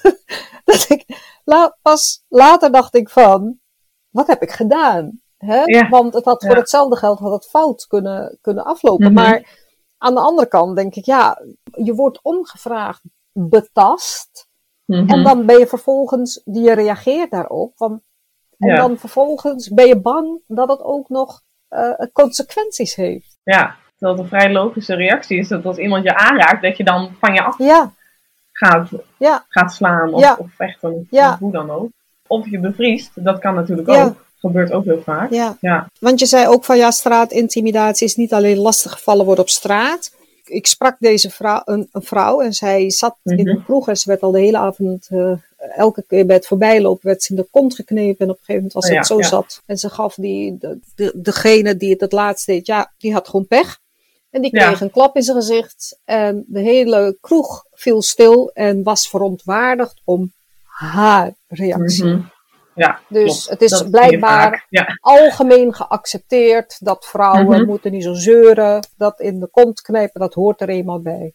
pas later dacht ik van, wat heb ik gedaan? Hè? Ja. Want het had voor hetzelfde geld fout kunnen aflopen. Maar aan de andere kant denk ik, je wordt ongevraagd betast. En dan ben je vervolgens, je reageert daarop. En dan vervolgens ben je bang dat het ook nog consequenties heeft. Ja, dat een vrij logische reactie is dat als iemand je aanraakt, dat je dan van je af gaat slaan of vechten. Of hoe dan ook. Of je bevriest, dat kan natuurlijk ook. Gebeurt ook heel vaak. Ja. Want je zei ook van straatintimidatie is niet alleen lastiggevallen worden op straat. Ik sprak deze vrouw, een vrouw en zij zat in een kroeg en ze werd al de hele avond, elke keer bij het voorbijlopen werd ze in de kont geknepen en op een gegeven moment was het zo zat. En ze gaf degene die het laatst deed, die had gewoon pech. En die kreeg een klap in zijn gezicht en de hele kroeg viel stil en was verontwaardigd om haar reactie. Ja, dus klopt. Het is dat blijkbaar algemeen geaccepteerd dat vrouwen moeten niet zo zeuren. Dat in de kont knijpen, dat hoort er eenmaal bij.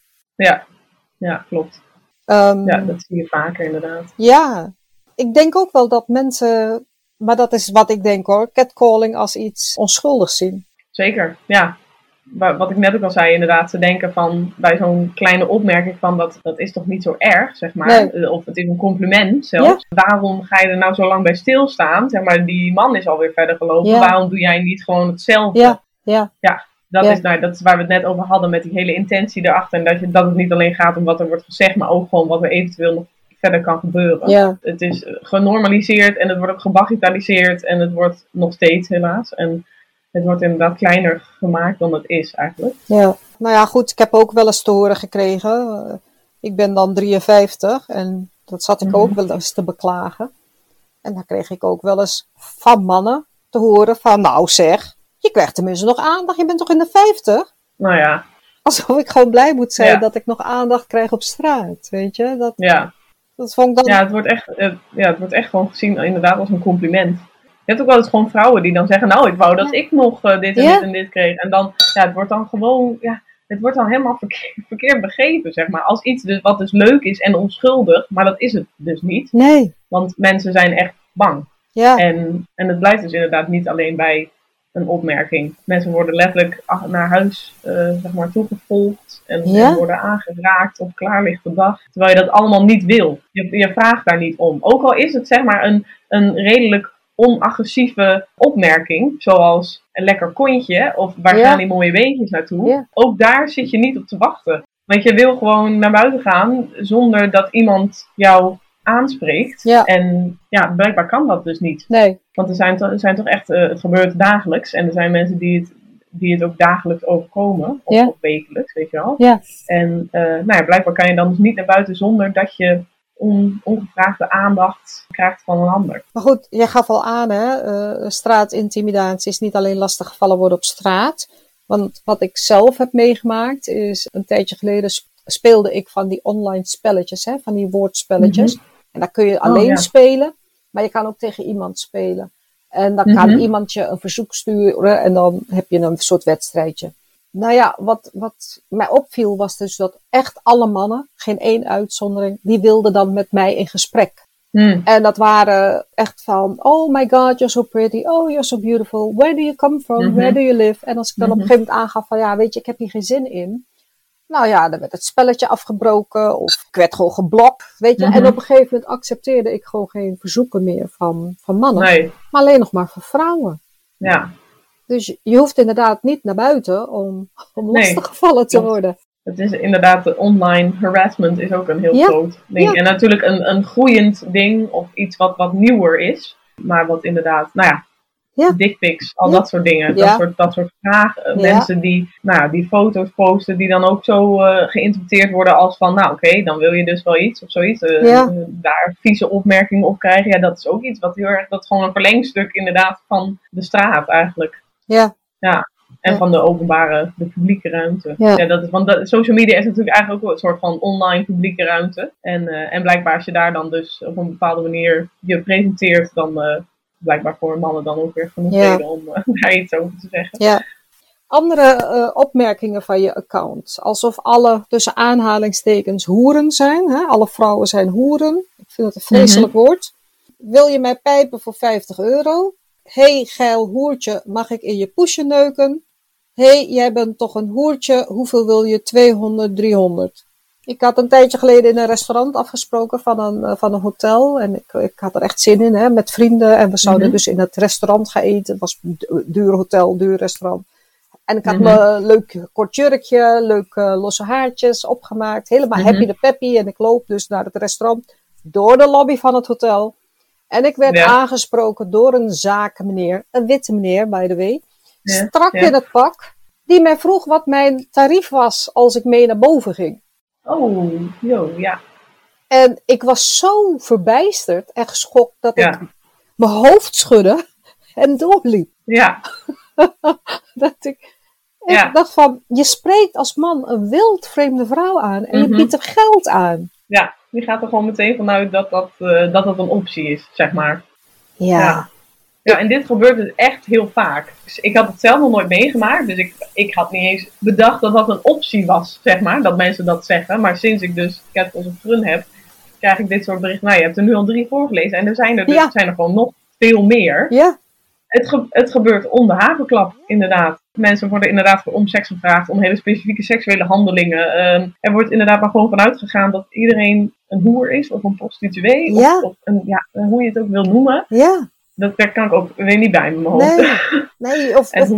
Ja, klopt. Dat zie je vaker inderdaad. Ja, ik denk ook wel dat mensen, maar dat is wat ik denk hoor, catcalling als iets onschuldigs zien. Zeker, ja. Wat ik net ook al zei, inderdaad, ze denken van bij zo'n kleine opmerking van dat is toch niet zo erg, zeg maar. Nee. Of het is een compliment zelfs. Ja. Waarom ga je er nou zo lang bij stilstaan? Zeg maar, die man is alweer verder gelopen. Ja. Waarom doe jij niet gewoon hetzelfde? Ja, dat is waar we het net over hadden met die hele intentie erachter. En dat het niet alleen gaat om wat er wordt gezegd, maar ook gewoon wat er eventueel nog verder kan gebeuren. Ja. Het is genormaliseerd en het wordt ook gebagitaliseerd en het wordt nog steeds helaas. En het wordt inderdaad kleiner gemaakt dan het is eigenlijk. Ja, nou ja goed, ik heb ook wel eens te horen gekregen. Ik ben dan 53 en dat zat ik ook wel eens te beklagen. En dan kreeg ik ook wel eens van mannen te horen van, nou zeg, je krijgt tenminste nog aandacht, je bent toch in de 50? Nou ja. Alsof ik gewoon blij moet zijn dat ik nog aandacht krijg op straat, weet je. Dat vond ik dan... Ja, het wordt echt gewoon gezien inderdaad als een compliment. Je hebt ook wel eens gewoon vrouwen die dan zeggen, nou, ik wou dat ik nog dit en dit en dit kreeg. En dan, het wordt dan gewoon, het wordt dan helemaal verkeerd begrepen, zeg maar. Als iets wat dus leuk is en onschuldig, maar dat is het dus niet. Nee. Want mensen zijn echt bang. Ja. En het blijft dus inderdaad niet alleen bij een opmerking. Mensen worden letterlijk naar huis, zeg maar, toegevolgd en worden aangeraakt op klaarlichte dag. Terwijl je dat allemaal niet wil. Je vraagt daar niet om. Ook al is het, zeg maar, een redelijk onagressieve opmerking, zoals een lekker kontje of waar gaan die mooie beentjes naartoe. Ja. Ook daar zit je niet op te wachten. Want je wil gewoon naar buiten gaan zonder dat iemand jou aanspreekt. Ja. En blijkbaar kan dat dus niet. Nee. Want er zijn toch echt, het gebeurt dagelijks en er zijn mensen die het ook dagelijks overkomen. Of wekelijks, weet je wel. Ja. En blijkbaar kan je dan dus niet naar buiten zonder dat je ongevraagde aandacht krijgt van een ander. Maar goed, jij gaf al aan, straatintimidatie is niet alleen lastig gevallen worden op straat. Want wat ik zelf heb meegemaakt is, een tijdje geleden speelde ik van die online spelletjes, van die woordspelletjes. En daar kun je alleen spelen, maar je kan ook tegen iemand spelen. En dan kan iemand je een verzoek sturen en dan heb je een soort wedstrijdje. Nou ja, wat mij opviel was dus dat echt alle mannen, geen één uitzondering, die wilden dan met mij in gesprek. En dat waren echt van, oh my god, you're so pretty, oh you're so beautiful, where do you come from, where do you live? En als ik dan op een gegeven moment aangaf van, ja weet je, ik heb hier geen zin in. Nou ja, dan werd het spelletje afgebroken of ik werd gewoon geblokt, weet je. En op een gegeven moment accepteerde ik gewoon geen verzoeken meer van mannen, maar alleen nog maar van vrouwen. Ja. Dus je hoeft inderdaad niet naar buiten om lastiggevallen te worden. Het is inderdaad, de online harassment is ook een heel groot ding. Ja. En natuurlijk een groeiend ding of iets wat nieuwer is. Maar wat inderdaad, dickpics, al dat soort dingen. Dat soort vragen. Mensen die foto's posten die dan ook zo geïnterpreteerd worden als van, oké, dan wil je dus wel iets of zoiets. Daar vieze opmerkingen op krijgen. Ja, dat is ook iets wat heel erg, dat is gewoon een verlengstuk inderdaad van de straat eigenlijk. Ja. Ja. En van de publieke ruimte. Ja. Dat is, want social media is natuurlijk eigenlijk ook een soort van online publieke ruimte. En blijkbaar als je daar dan dus op een bepaalde manier je presenteert, dan blijkbaar voor mannen dan ook weer genoeg reden om daar iets over te zeggen. Ja. Andere opmerkingen van je account. Alsof alle tussen aanhalingstekens hoeren zijn. Hè? Alle vrouwen zijn hoeren. Ik vind dat een vreselijk woord. Wil je mij pijpen voor €50? Hey, geil hoertje, mag ik in je poesje neuken? Hey, jij bent toch een hoertje, hoeveel wil je? 200, 300. Ik had een tijdje geleden in een restaurant afgesproken van een hotel. En ik had er echt zin in, hè, met vrienden. En we zouden dus in het restaurant gaan eten. Het was een duur hotel, duur restaurant. En ik had mijn leuk kort jurkje, leuk losse haartjes opgemaakt. Helemaal happy de peppy. En ik loop dus naar het restaurant door de lobby van het hotel. En ik werd aangesproken door een zakenmeneer, een witte meneer, by the way, strak in het pak, die mij vroeg wat mijn tarief was als ik mee naar boven ging. Oh, ja. En ik was zo verbijsterd en geschokt dat ik mijn hoofd schudde en doorliep. Ja. Dat ik dacht van, je spreekt als man een wild vreemde vrouw aan en je biedt hem geld aan. Ja. Die gaat er gewoon meteen vanuit dat een optie is, zeg maar. Ja, en dit gebeurt dus echt heel vaak. Dus ik had het zelf nog nooit meegemaakt. Dus ik had niet eens bedacht dat dat een optie was, zeg maar. Dat mensen dat zeggen. Maar sinds ik dus Catcalls of Fun heb, krijg ik dit soort berichten. Nou, je hebt er nu al 3 voorgelezen. En er zijn er gewoon nog veel meer. Ja. Het gebeurt om de haverklap, inderdaad. Mensen worden inderdaad om seks gevraagd, om hele specifieke seksuele handelingen. Er wordt inderdaad maar gewoon vanuit gegaan dat iedereen een hoer is, of een prostituee, of hoe je het ook wil noemen. Ja. Daar kan ik ook weer niet bij in mijn hoofd. Nee,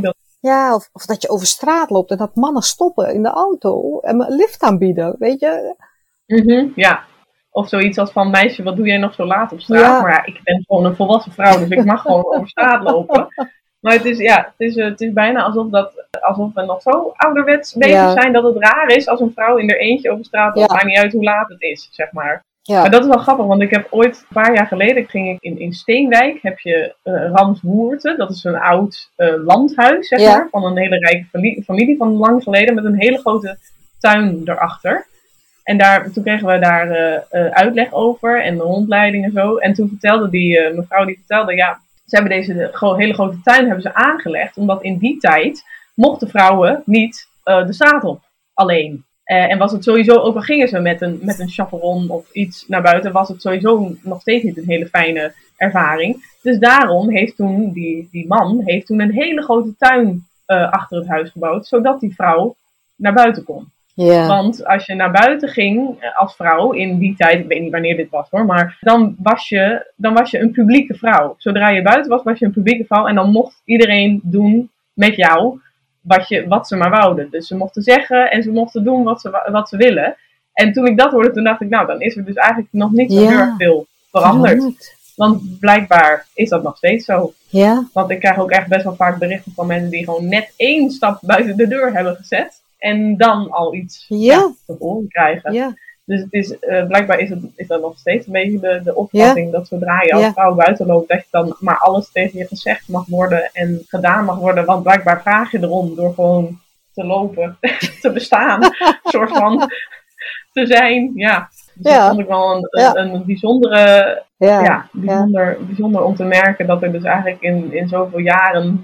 of dat je over straat loopt en dat mannen stoppen in de auto en een lift aanbieden, weet je. Ja. Of zoiets als van, meisje, wat doe jij nog zo laat op straat? Ja. Maar ik ben gewoon een volwassen vrouw, dus ik mag gewoon over straat lopen. Maar het is bijna alsof we nog zo ouderwets bezig zijn dat het raar is als een vrouw in haar eentje over straat loopt. Maakt niet uit hoe laat het is, zeg maar. Ja. Maar dat is wel grappig, want ik heb ooit, een paar jaar geleden, ging ik in Steenwijk, heb je Ranswoerte. Dat is een oud landhuis, zeg maar, van een hele rijke familie van lang geleden, met een hele grote tuin erachter. En toen kregen we daar uitleg over en de rondleiding en zo. En toen vertelde die mevrouw, ze hebben deze hele grote tuin hebben ze aangelegd. Omdat in die tijd mochten vrouwen niet de straat op, alleen. En was het sowieso, ook al gingen ze met een chaperon of iets naar buiten, was het sowieso nog steeds niet een hele fijne ervaring. Dus daarom heeft toen die man een hele grote tuin achter het huis gebouwd. Zodat die vrouw naar buiten kon. Yeah. Want als je naar buiten ging als vrouw in die tijd, ik weet niet wanneer dit was hoor, maar dan was je een publieke vrouw. Zodra je buiten was je een publieke vrouw en dan mocht iedereen doen met jou wat ze maar wouden. Dus ze mochten zeggen en ze mochten doen wat ze willen. En toen ik dat hoorde, toen dacht ik, nou dan is er dus eigenlijk nog niet zo heel erg veel veranderd. Want blijkbaar is dat nog steeds zo. Yeah. Want ik krijg ook echt best wel vaak berichten van mensen die gewoon net 1 stap buiten de deur hebben gezet. En dan al iets te horen krijgen. Ja. Dus het is, blijkbaar is dat nog steeds een beetje de opvatting dat zodra je als vrouw buiten loopt, dat je dan maar alles tegen je gezegd mag worden en gedaan mag worden. Want blijkbaar vraag je erom door gewoon te lopen, te bestaan, een soort van te zijn. Ja. Dus dat vond ik wel een bijzondere, bijzonder om te merken dat er dus eigenlijk in zoveel jaren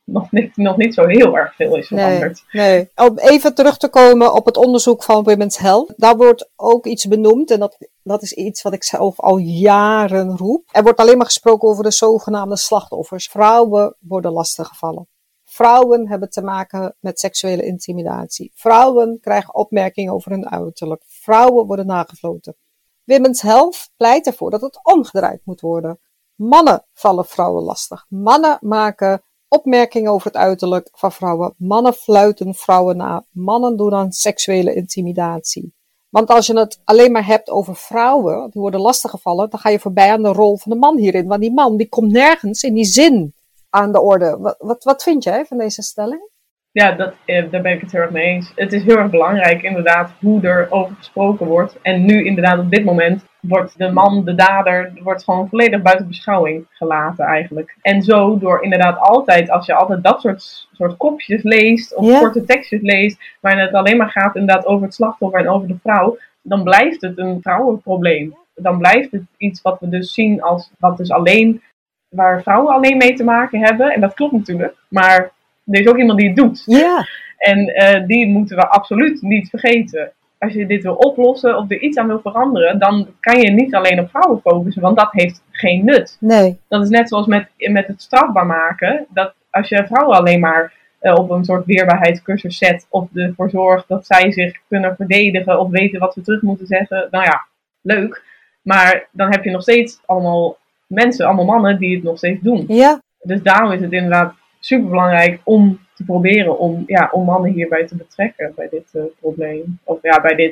nog niet zo heel erg veel is veranderd. Nee. Om even terug te komen op het onderzoek van Women's Health. Daar wordt ook iets benoemd en dat is iets wat ik zelf al jaren roep. Er wordt alleen maar gesproken over de zogenaamde slachtoffers. Vrouwen worden lastiggevallen. Vrouwen hebben te maken met seksuele intimidatie. Vrouwen krijgen opmerkingen over hun uiterlijk. Vrouwen worden nagefloten. Women's Health pleit ervoor dat het omgedraaid moet worden. Mannen vallen vrouwen lastig. Mannen maken opmerkingen over het uiterlijk van vrouwen. Mannen fluiten vrouwen na. Mannen doen aan seksuele intimidatie. Want als je het alleen maar hebt over vrouwen, die worden lastiggevallen, dan ga je voorbij aan de rol van de man hierin. Want die man, die komt nergens in die zin aan de orde. Wat vind jij van deze stelling? Ja, daar ben ik het heel erg mee eens. Het is heel erg belangrijk inderdaad hoe er over gesproken wordt. En nu inderdaad op dit moment wordt de man, de dader, wordt gewoon volledig buiten beschouwing gelaten eigenlijk. En zo door inderdaad altijd, als je altijd dat soort kopjes leest of korte tekstjes leest, waarin het alleen maar gaat inderdaad over het slachtoffer en over de vrouw, dan blijft het een vrouwenprobleem. Dan blijft het iets wat we dus zien als wat dus alleen, waar vrouwen alleen mee te maken hebben. En dat klopt natuurlijk, maar er is ook iemand die het doet. Ja. En die moeten we absoluut niet vergeten. Als je dit wil oplossen of er iets aan wil veranderen, dan kan je niet alleen op vrouwen focussen, want dat heeft geen nut. Nee. Dat is net zoals met het strafbaar maken. Dat als je vrouwen alleen maar op een soort weerbaarheidscursus zet of ervoor zorgt dat zij zich kunnen verdedigen of weten wat ze terug moeten zeggen, nou ja, leuk. Maar dan heb je nog steeds allemaal mensen, allemaal mannen die het nog steeds doen. Ja. Dus daarom is het inderdaad superbelangrijk om te proberen om mannen hierbij te betrekken bij dit probleem. Of ja, bij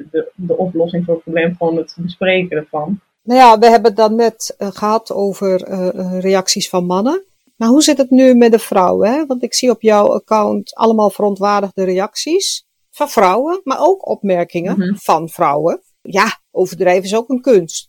de oplossing voor het probleem, gewoon het bespreken ervan. Nou ja, we hebben het dan net gehad over reacties van mannen. Maar hoe zit het nu met de vrouwen? Hè? Want ik zie op jouw account allemaal verontwaardigde reacties van vrouwen, maar ook opmerkingen van vrouwen. Ja, overdrijven is ook een kunst.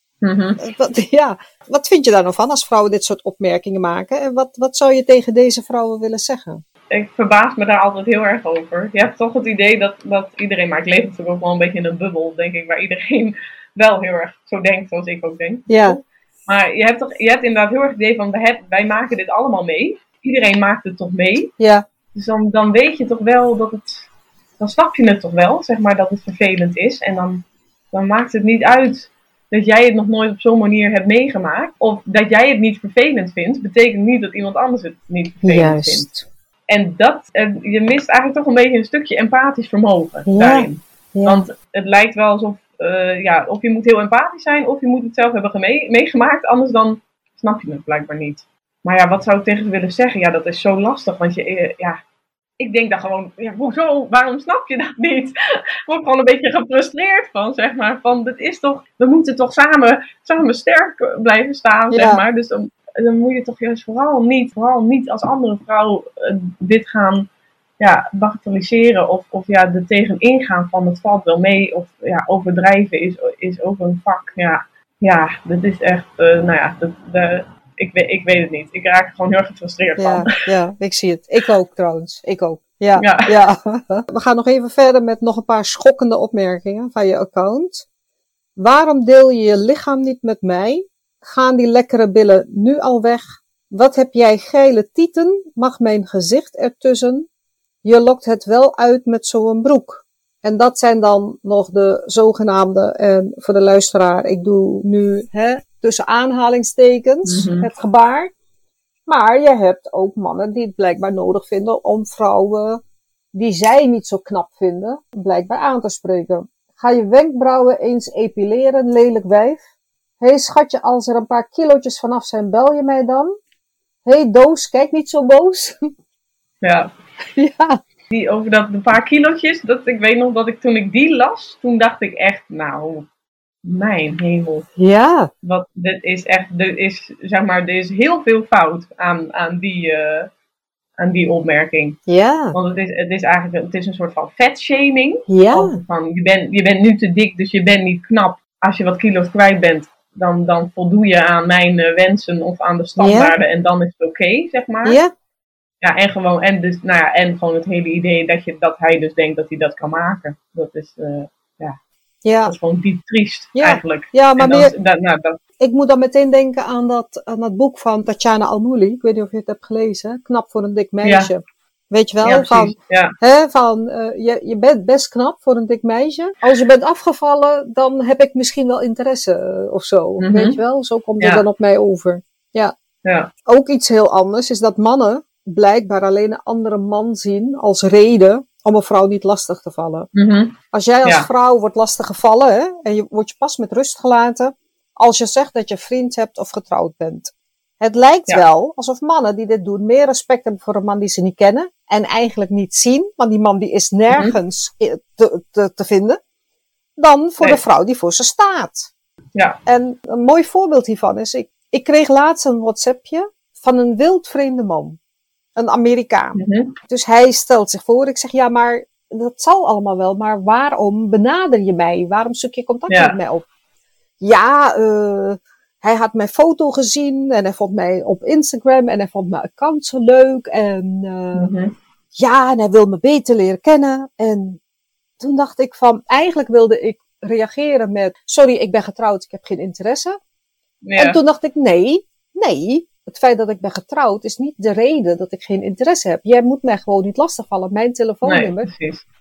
Wat vind je daar nou van als vrouwen dit soort opmerkingen maken? En wat zou je tegen deze vrouwen willen zeggen? Ik verbaas me daar altijd heel erg over. Je hebt toch het idee dat iedereen, maar ik leef natuurlijk ook wel een beetje in een bubbel, denk ik, waar iedereen wel heel erg zo denkt zoals ik ook denk. Ja. Maar je hebt inderdaad heel erg het idee van, wij maken dit allemaal mee. Iedereen maakt het toch mee. Ja. Dus dan weet je toch wel dan snap je het toch wel, zeg maar, dat het vervelend is. En dan maakt het niet uit dat jij het nog nooit op zo'n manier hebt meegemaakt. Of dat jij het niet vervelend vindt, betekent niet dat iemand anders het niet vervelend vindt. En je mist eigenlijk toch een beetje een stukje empathisch vermogen daarin. Ja. Want het lijkt wel alsof, of je moet heel empathisch zijn, of je moet het zelf hebben meegemaakt, anders dan snap je het blijkbaar niet. Maar ja, wat zou ik tegen ze willen zeggen? Ja, dat is zo lastig, want ik denk dan gewoon, hoezo, waarom snap je dat niet? Ik word gewoon een beetje gefrustreerd van, zeg maar, we moeten toch samen sterk blijven staan, zeg maar. Dus dan moet je toch juist vooral niet als andere vrouw dit gaan bagatelliseren of er tegen ingaan van het valt wel mee of overdrijven is ook een vak. Ja, dat is echt, ik weet het niet. Ik raak er gewoon heel erg gefrustreerd van. Ja, ik zie het. Ik ook trouwens. Ik ook. Ja. We gaan nog even verder met nog een paar schokkende opmerkingen van je account. Waarom deel je je lichaam niet met mij? Gaan die lekkere billen nu al weg? Wat heb jij geile tieten? Mag mijn gezicht ertussen? Je lokt het wel uit met zo'n broek. En dat zijn dan nog de zogenaamde, en voor de luisteraar, ik doe nu tussen aanhalingstekens het gebaar. Maar je hebt ook mannen die het blijkbaar nodig vinden om vrouwen die zij niet zo knap vinden, blijkbaar aan te spreken. Ga je wenkbrauwen eens epileren, lelijk wijf? Hé schatje, als er een paar kilootjes vanaf zijn, bel je mij dan? Hé doos, kijk niet zo boos. Ja. Ja. Die over een paar kilootjes, ik weet nog dat toen ik die las, toen dacht ik echt, nou, mijn hemel. Ja. Er is heel veel fout aan die opmerking. Ja. Want het is een soort van vetshaming. Ja. Van, je bent nu te dik, dus je bent niet knap. Als je wat kilo's kwijt bent, dan voldoe je aan mijn wensen of aan de standaarden en dan is het oké, zeg maar. Ja. Ja, en gewoon het hele idee dat hij dus denkt dat hij dat kan maken. Dat is, Ja. Dat is gewoon diep triest, Ja. eigenlijk. Ja, maar dat, ik moet dan meteen denken aan dat boek van Tatjana Almouli. Ik weet niet of je het hebt gelezen. Knap voor een dik meisje. Ja. Weet je wel? Ja, Je bent best knap voor een dik meisje. Als je bent afgevallen, dan heb ik misschien wel interesse of zo. Mm-hmm. Weet je wel? Zo komt het dan op mij over. Ja. Ook iets heel anders is dat mannen blijkbaar alleen een andere man zien als reden om een vrouw niet lastig te vallen. Mm-hmm. Als jij als vrouw wordt lastig gevallen, hè, en wordt je pas met rust gelaten, als je zegt dat je vriend hebt of getrouwd bent. Het lijkt wel alsof mannen die dit doen meer respect hebben voor een man die ze niet kennen en eigenlijk niet zien, want die man die is nergens te vinden, dan voor de vrouw die voor ze staat. Ja. En een mooi voorbeeld hiervan is, ik kreeg laatst een WhatsAppje van een wildvreemde man. Een Amerikaan. Mm-hmm. Dus hij stelt zich voor. Ik zeg, ja, maar dat zal allemaal wel. Maar waarom benader je mij? Waarom zoek je contact met mij op? Ja, hij had mijn foto gezien. En hij vond mij op Instagram. En hij vond mijn account zo leuk. En ja, en hij wil me beter leren kennen. En toen dacht ik van, eigenlijk wilde ik reageren met, sorry, ik ben getrouwd. Ik heb geen interesse. Ja. En toen dacht ik, nee. Het feit dat ik ben getrouwd is niet de reden dat ik geen interesse heb. Jij moet mij gewoon niet lastigvallen. Mijn telefoonnummer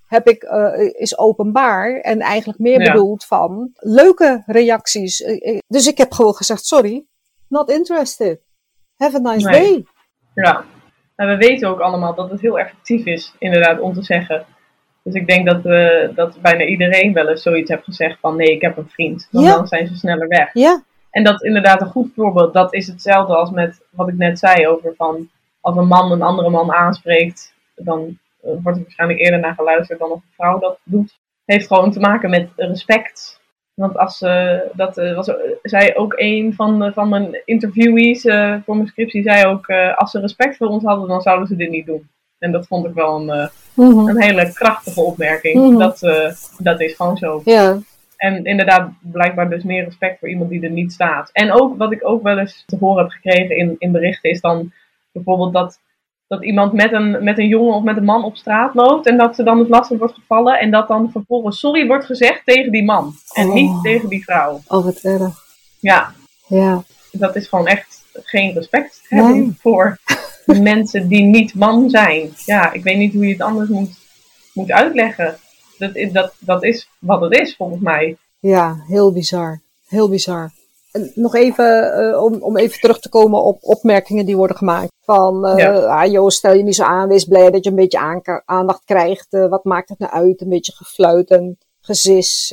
is openbaar en eigenlijk meer bedoeld van leuke reacties. Dus ik heb gewoon gezegd, sorry, not interested. Have a nice day. Ja, en we weten ook allemaal dat het heel effectief is, inderdaad, om te zeggen. Dus ik denk dat bijna iedereen wel eens zoiets heeft gezegd van nee, ik heb een vriend. Want dan zijn ze sneller weg. Ja. En dat is inderdaad een goed voorbeeld. Dat is hetzelfde als met wat ik net zei over van als een man een andere man aanspreekt, dan wordt er waarschijnlijk eerder naar geluisterd dan of een vrouw dat doet. Heeft gewoon te maken met respect. Want als zei ook een van mijn interviewees voor mijn scriptie, zei ook als ze respect voor ons hadden, dan zouden ze dit niet doen. En dat vond ik wel een hele krachtige opmerking. Mm-hmm. Dat is gewoon zo. Ja. En inderdaad, blijkbaar dus meer respect voor iemand die er niet staat. En ook, wat ik ook wel eens te horen heb gekregen in berichten, is dan bijvoorbeeld dat iemand met een jongen of met een man op straat loopt en dat ze dan het lastig wordt gevallen en dat dan vervolgens sorry wordt gezegd tegen die man. En niet tegen die vrouw. Oh, wat erg. Ja. Dat is gewoon echt geen respect hebben voor mensen die niet man zijn. Ja, ik weet niet hoe je het anders moet uitleggen. Dat is wat het is, volgens mij. Ja, heel bizar. Heel bizar. En nog even, om even terug te komen op opmerkingen die worden gemaakt. Van, joh, stel je niet zo aan, wees blij dat je een beetje aandacht krijgt. Wat maakt het nou uit? Een beetje gefluit en gezis.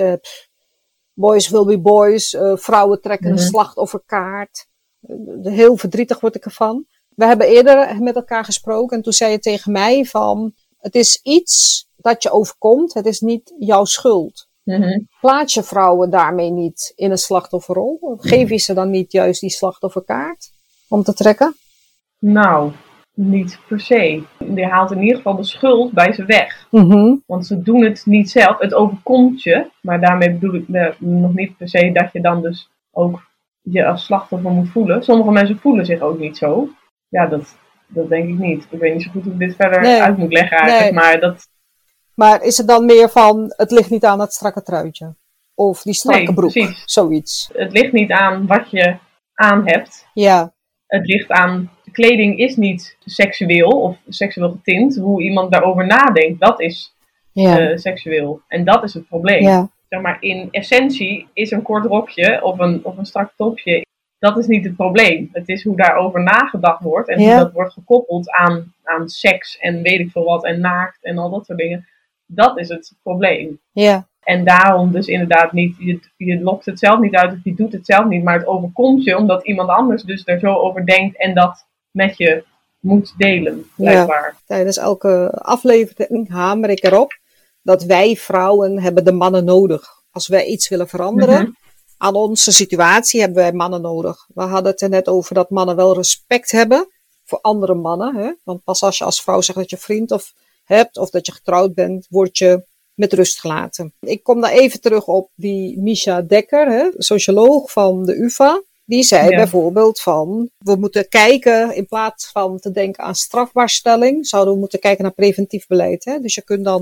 Boys will be boys. Vrouwen trekken een slachtofferkaart. Heel verdrietig word ik ervan. We hebben eerder met elkaar gesproken en toen zei je tegen mij van, het is iets dat je overkomt, het is niet jouw schuld. Mm-hmm. Plaats je vrouwen daarmee niet in een slachtofferrol? Geef je ze dan niet juist die slachtofferkaart om te trekken? Nou, niet per se. Je haalt in ieder geval de schuld bij ze weg. Mm-hmm. Want ze doen het niet zelf. Het overkomt je. Maar daarmee bedoel ik nog niet per se dat je dan dus ook je als slachtoffer moet voelen. Sommige mensen voelen zich ook niet zo. Ja, dat denk ik niet. Ik weet niet zo goed hoe ik dit verder uit moet leggen eigenlijk. Maar is het dan meer van, het ligt niet aan het strakke truitje? Of die strakke broek? Precies. Zoiets. Het ligt niet aan wat je aan hebt. Ja. Het ligt aan, kleding is niet seksueel of seksueel getint. Hoe iemand daarover nadenkt, dat is seksueel. En dat is het probleem. Ja. Zeg maar, in essentie is een kort rokje of een strak topje, dat is niet het probleem. Het is hoe daarover nagedacht wordt en hoe dat wordt gekoppeld aan seks en weet ik veel wat en naakt en al dat soort dingen. Dat is het probleem. Ja. En daarom dus inderdaad niet, je lokt het zelf niet uit of je doet het zelf niet, maar het overkomt je omdat iemand anders dus er zo over denkt en dat met je moet delen, blijkbaar. Ja. Tijdens elke aflevering hamer ik erop dat wij vrouwen hebben de mannen nodig. Als wij iets willen veranderen aan onze situatie, hebben wij mannen nodig. We hadden het er net over dat mannen wel respect hebben voor andere mannen. Hè? Want pas als je als vrouw zegt dat je vriend hebt of dat je getrouwd bent, word je met rust gelaten. Ik kom daar even terug op die Misha Dekker, socioloog van de UvA. Die zei bijvoorbeeld van, we moeten kijken, in plaats van te denken aan strafbaarstelling, zouden we moeten kijken naar preventief beleid. Hè? Dus je kunt dan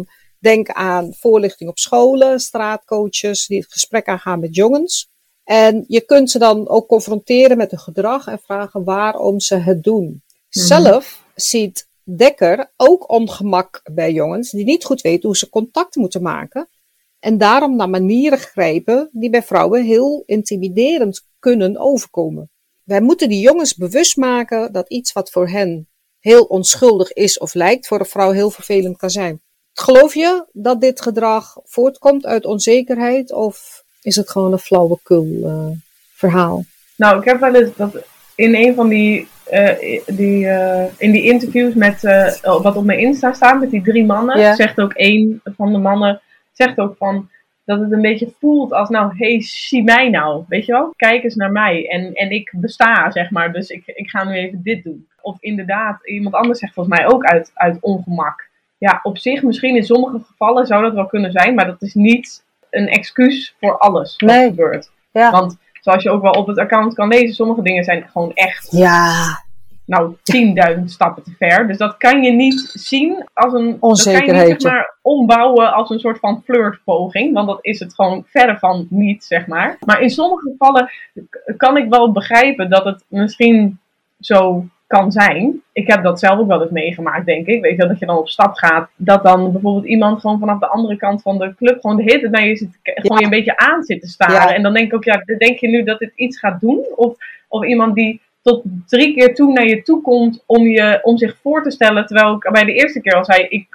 Denk aan voorlichting op scholen, straatcoaches die het gesprek aangaan met jongens. En je kunt ze dan ook confronteren met hun gedrag en vragen waarom ze het doen. Zelf ziet Dekker ook ongemak bij jongens die niet goed weten hoe ze contact moeten maken. En daarom naar manieren grijpen die bij vrouwen heel intimiderend kunnen overkomen. Wij moeten die jongens bewust maken dat iets wat voor hen heel onschuldig is of lijkt, voor een vrouw heel vervelend kan zijn. Geloof je dat dit gedrag voortkomt uit onzekerheid of is het gewoon een flauwekul verhaal? Nou, ik heb wel eens dat in een van in die interviews met wat op mijn Insta staat met die 3 mannen, zegt ook een van de mannen, zegt ook van dat het een beetje voelt als hey, zie mij nou, weet je wel? Kijk eens naar mij en ik besta, zeg maar, dus ik ga nu even dit doen. Of inderdaad, iemand anders zegt volgens mij ook uit ongemak. Ja, op zich misschien in sommige gevallen zou dat wel kunnen zijn, maar dat is niet een excuus voor alles wat gebeurt. Ja. Want zoals je ook wel op het account kan lezen, sommige dingen zijn gewoon echt 10.000 stappen te ver. Dus dat kan je niet zien als een onzekerheid. Dat kan je niet, zeg maar, ombouwen als een soort van flirtpoging. Want dat is het gewoon verre van niet, zeg maar. Maar in sommige gevallen kan ik wel begrijpen dat het misschien zo kan zijn. Ik heb dat zelf ook wel eens meegemaakt, denk ik. Weet je, dat je dan op stap gaat. Dat dan bijvoorbeeld iemand gewoon vanaf de andere kant van de club gewoon de hele tijd naar je zit, gewoon je een beetje aan zit te staren. Ja. En dan denk ik ook, denk je nu dat dit iets gaat doen? Of iemand die tot 3 keer toe naar je toe komt om zich voor te stellen. Terwijl ik bij de eerste keer al zei,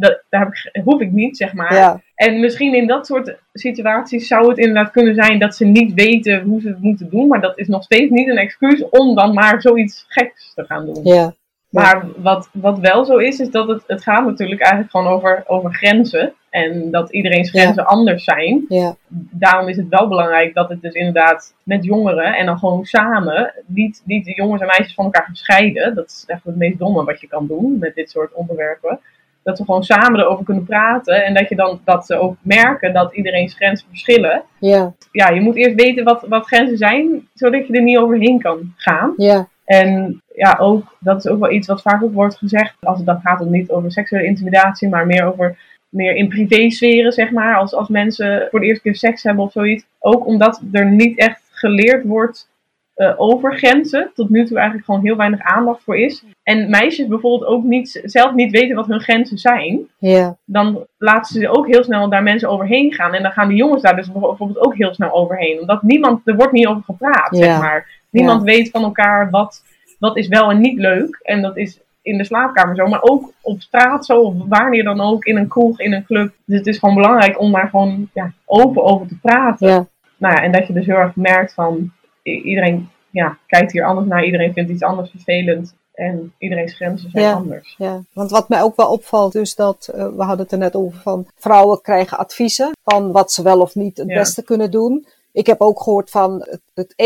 hoef ik niet, zeg maar. Ja. En misschien in dat soort situaties zou het inderdaad kunnen zijn dat ze niet weten hoe ze het moeten doen. Maar dat is nog steeds niet een excuus om dan maar zoiets geks te gaan doen. Ja. Maar wat wel zo is dat het gaat natuurlijk eigenlijk gewoon over grenzen. En dat iedereen's grenzen anders zijn. Ja. Daarom is het wel belangrijk dat het dus inderdaad met jongeren en dan gewoon samen, niet de jongens en meisjes van elkaar gaan scheiden. Dat is echt het meest domme wat je kan doen met dit soort onderwerpen. Dat we gewoon samen erover kunnen praten. En dat ze ook merken dat iedereen's grenzen verschillen. Ja. Ja, je moet eerst weten wat grenzen zijn, zodat je er niet overheen kan gaan. Ja. En ja, ook, dat is ook wel iets wat vaak ook wordt gezegd. Als het dan gaat om niet over seksuele intimidatie, maar meer in privésferen, zeg maar. Als mensen voor de eerste keer seks hebben of zoiets. Ook omdat er niet echt geleerd wordt over grenzen. Tot nu toe eigenlijk gewoon heel weinig aandacht voor is. En meisjes bijvoorbeeld ook zelf niet weten wat hun grenzen zijn. Ja. Dan laten ze ook heel snel daar mensen overheen gaan. En dan gaan die jongens daar dus bijvoorbeeld ook heel snel overheen. Omdat er wordt niet over gepraat, zeg maar. Niemand weet van elkaar wat is wel en niet leuk. En dat is in de slaapkamer zo, maar ook op straat zo, of wanneer dan ook, in een kroeg, in een club. Dus het is gewoon belangrijk om daar gewoon open over te praten. Ja. Nou ja, en dat je dus heel erg merkt van, iedereen kijkt hier anders naar, iedereen vindt iets anders vervelend. En iedereen's grenzen zijn anders. Ja, want wat mij ook wel opvalt is dat, we hadden het er net over van, vrouwen krijgen adviezen van wat ze wel of niet het beste kunnen doen. Ik heb ook gehoord van het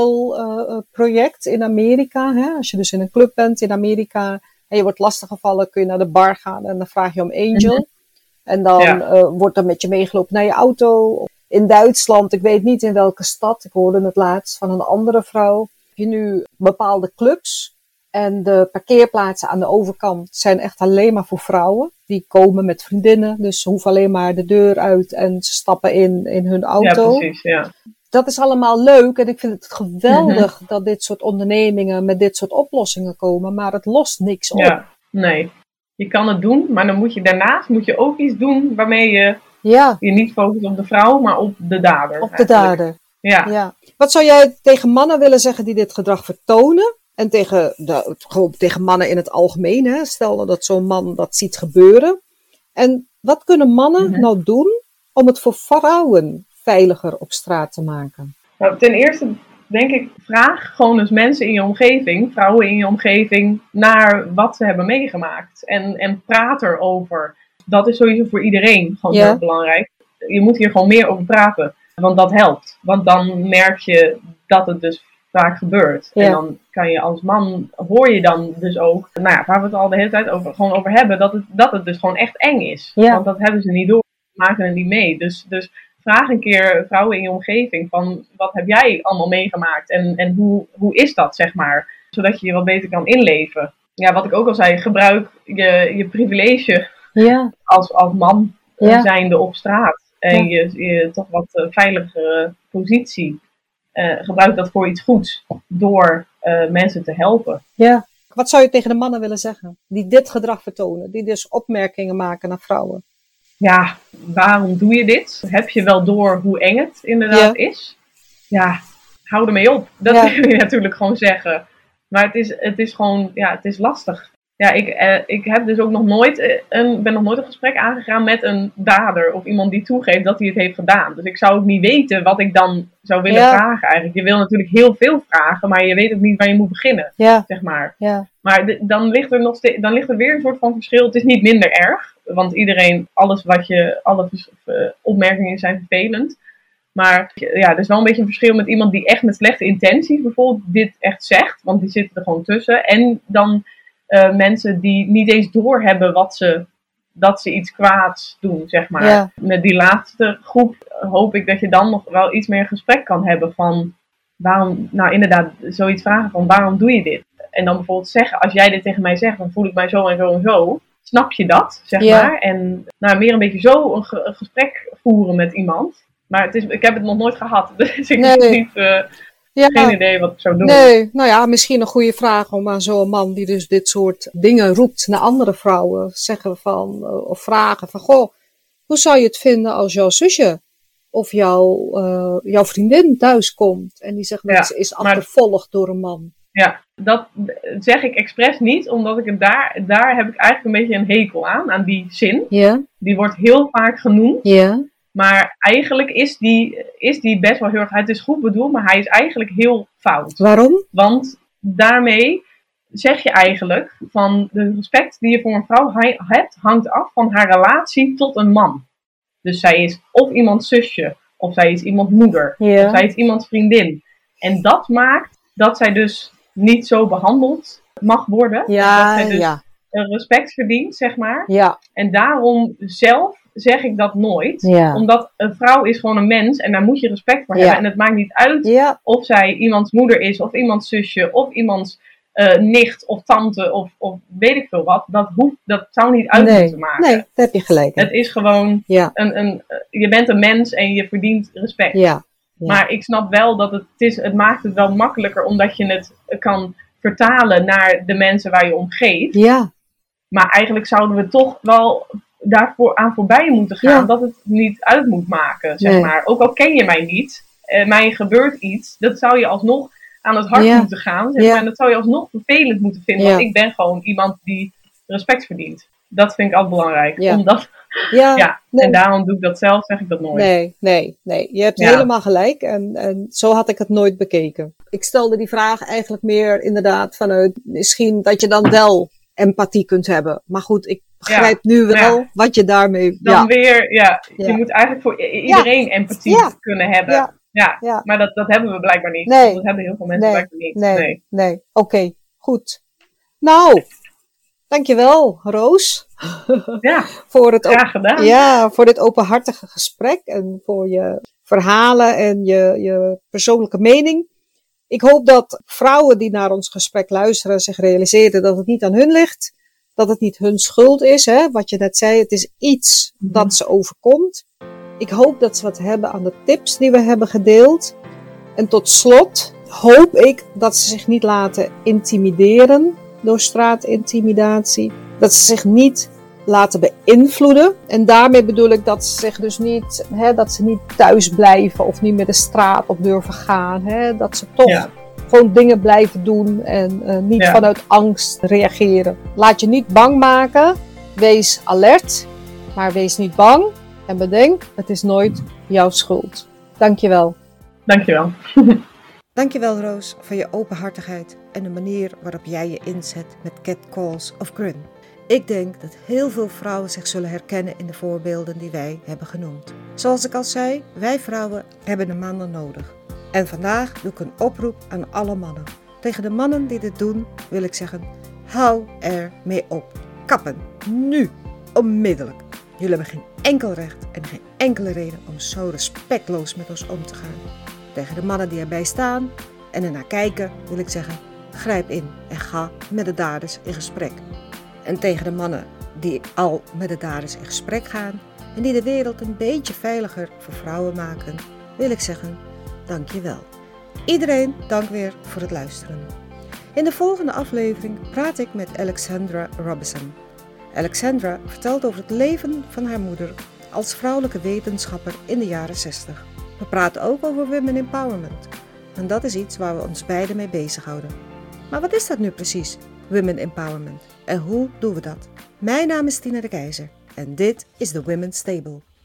Angel-project in Amerika. Hè? Als je dus in een club bent in Amerika en je wordt lastiggevallen, kun je naar de bar gaan en dan vraag je om Angel. Mm-hmm. En dan wordt er met je meegelopen naar je auto. In Duitsland, ik weet niet in welke stad, ik hoorde het laatst van een andere vrouw, heb je nu bepaalde clubs. En de parkeerplaatsen aan de overkant zijn echt alleen maar voor vrouwen. Die komen met vriendinnen, dus ze hoeven alleen maar de deur uit en ze stappen in hun auto. Ja, precies, ja. Dat is allemaal leuk en ik vind het geweldig dat dit soort ondernemingen met dit soort oplossingen komen. Maar het lost niks op. Ja, nee. Je kan het doen, maar dan moet je daarnaast ook iets doen waarmee je je niet focust op de vrouw, maar op de dader. Op de dader. Ja. Wat zou jij tegen mannen willen zeggen die dit gedrag vertonen? En tegen mannen in het algemeen, hè? Stel dat zo'n man dat ziet gebeuren. En wat kunnen mannen nou doen om het voor vrouwen veiliger op straat te maken? Nou, ten eerste denk ik, vraag gewoon eens mensen in je omgeving, vrouwen in je omgeving, naar wat ze hebben meegemaakt. En praat erover. Dat is sowieso voor iedereen gewoon heel belangrijk. Je moet hier gewoon meer over praten, want dat helpt. Want dan merk je dat het dus vaak gebeurt. Ja. En dan kan je als man, hoor je dan dus ook, waar we het al de hele tijd over hebben, dat het dus gewoon echt eng is. Ja. Want dat hebben ze niet door, maken het niet mee. Dus vraag een keer vrouwen in je omgeving van, wat heb jij allemaal meegemaakt? En hoe is dat, zeg maar? Zodat je je wat beter kan inleven. Ja, wat ik ook al zei, gebruik je privilege als man. zijnde op straat. En je toch wat veiligere positie. Gebruik dat voor iets goeds. Door mensen te helpen. Ja. Wat zou je tegen de mannen willen zeggen? Die dit gedrag vertonen. Die dus opmerkingen maken naar vrouwen. Ja, waarom doe je dit? Heb je wel door hoe eng het inderdaad is? Ja, hou ermee op. Dat wil je natuurlijk gewoon zeggen. Maar het is gewoon, het is lastig. Ja, ik heb dus ook nog nooit ben nog nooit een gesprek aangegaan met een dader of iemand die toegeeft dat hij het heeft gedaan. Dus ik zou ook niet weten wat ik dan zou willen vragen eigenlijk. Je wil natuurlijk heel veel vragen, maar je weet ook niet waar je moet beginnen, zeg maar. Ja. Maar dan ligt er weer een soort van verschil. Het is niet minder erg, want alle opmerkingen zijn vervelend. Maar er is wel een beetje een verschil met iemand die echt met slechte intenties bijvoorbeeld dit echt zegt, want die zitten er gewoon tussen. En dan mensen die niet eens doorhebben dat ze iets kwaads doen, zeg maar. Ja. Met die laatste groep hoop ik dat je dan nog wel iets meer gesprek kan hebben van waarom, nou inderdaad, zoiets vragen van waarom doe je dit? En dan bijvoorbeeld zeggen, als jij dit tegen mij zegt, dan voel ik mij zo en zo en zo. Snap je dat, zeg maar? En meer een beetje zo een gesprek voeren met iemand. Maar ik heb het nog nooit gehad, dus ik weet niet... Geen idee wat ik zou doen. Nee, nou ja, misschien een goede vraag om aan zo'n man die dus dit soort dingen roept naar andere vrouwen. Zeggen van, of vragen van, goh, hoe zou je het vinden als jouw zusje of jouw vriendin thuis komt en die zegt dat ze is achtervolgd door een man. Ja, dat zeg ik expres niet, omdat ik het daar heb ik eigenlijk een beetje een hekel aan die zin. Ja. Die wordt heel vaak genoemd. Ja. Maar eigenlijk is die best wel heel erg... Het is goed bedoeld, maar hij is eigenlijk heel fout. Waarom? Want daarmee zeg je eigenlijk van de respect die je voor een vrouw hebt, hangt af van haar relatie tot een man. Dus zij is of iemands zusje, of zij is iemands moeder, of zij is iemands vriendin. En dat maakt dat zij dus niet zo behandeld mag worden. Ja, dat zij dus respect verdient, zeg maar. Ja. En daarom zelf zeg ik dat nooit. Ja. Omdat een vrouw is gewoon een mens en daar moet je respect voor hebben. En het maakt niet uit of zij iemands moeder is, of iemands zusje, of iemands nicht of tante, of weet ik veel wat. Dat zou niet uit moeten maken. Nee, daar heb je gelijk. Het is gewoon, je bent een mens en je verdient respect. Ja. Maar ik snap wel dat het maakt het wel makkelijker, omdat je het kan vertalen naar de mensen waar je om geeft. Ja. Maar eigenlijk zouden we toch wel daarvoor aan voorbij moeten gaan, dat het niet uit moet maken, zeg maar. Ook al ken je mij niet, mij gebeurt iets, dat zou je alsnog aan het hart moeten gaan, zeg maar. En dat zou je alsnog vervelend moeten vinden, want ik ben gewoon iemand die respect verdient. Dat vind ik altijd belangrijk. Omdat, en daarom doe ik dat zelf, zeg ik dat nooit. Nee. Je hebt helemaal gelijk en zo had ik het nooit bekeken. Ik stelde die vraag eigenlijk meer inderdaad vanuit misschien dat je dan wel empathie kunt hebben. Maar goed, ik begrijp nu wel wat je daarmee... Dan weer, je moet eigenlijk voor iedereen empathie kunnen hebben. Ja. Maar dat hebben we blijkbaar niet. Nee. Dat hebben heel veel mensen blijkbaar niet. Nee. Oké, goed. Nou, dankjewel, Roos. Ja, graag gedaan. Ja, voor dit openhartige gesprek en voor je verhalen en je persoonlijke mening. Ik hoop dat vrouwen die naar ons gesprek luisteren zich realiseren dat het niet aan hun ligt. Dat het niet hun schuld is, hè? Wat je net zei. Het is iets dat ze overkomt. Ik hoop dat ze wat hebben aan de tips die we hebben gedeeld. En tot slot hoop ik dat ze zich niet laten intimideren door straatintimidatie. Dat ze zich niet laten beïnvloeden. En daarmee bedoel ik dat ze zich dus niet, dat ze niet thuis blijven of niet meer de straat op durven gaan. Dat ze toch gewoon dingen blijven doen en niet vanuit angst reageren. Laat je niet bang maken. Wees alert, maar wees niet bang. En bedenk, het is nooit jouw schuld. Dankjewel. Dankjewel. Dankjewel Roos voor je openhartigheid en de manier waarop jij je inzet met Catcalls of Grun. Ik denk dat heel veel vrouwen zich zullen herkennen in de voorbeelden die wij hebben genoemd. Zoals ik al zei, wij vrouwen hebben de mannen nodig. En vandaag doe ik een oproep aan alle mannen. Tegen de mannen die dit doen wil ik zeggen, hou er mee op. Kappen. Nu. Onmiddellijk. Jullie hebben geen enkel recht en geen enkele reden om zo respectloos met ons om te gaan. Tegen de mannen die erbij staan en ernaar kijken wil ik zeggen, grijp in en ga met de daders in gesprek. En tegen de mannen die al met de daders in gesprek gaan, en die de wereld een beetje veiliger voor vrouwen maken, wil ik zeggen, dank je wel. Iedereen dank weer voor het luisteren. In de volgende aflevering praat ik met Alexandra Robinson. Alexandra vertelt over het leven van haar moeder als vrouwelijke wetenschapper in de jaren 60. We praten ook over women empowerment. En dat is iets waar we ons beiden mee bezighouden. Maar wat is dat nu precies, women empowerment? En hoe doen we dat? Mijn naam is Tina de Keizer en dit is de Women's Table.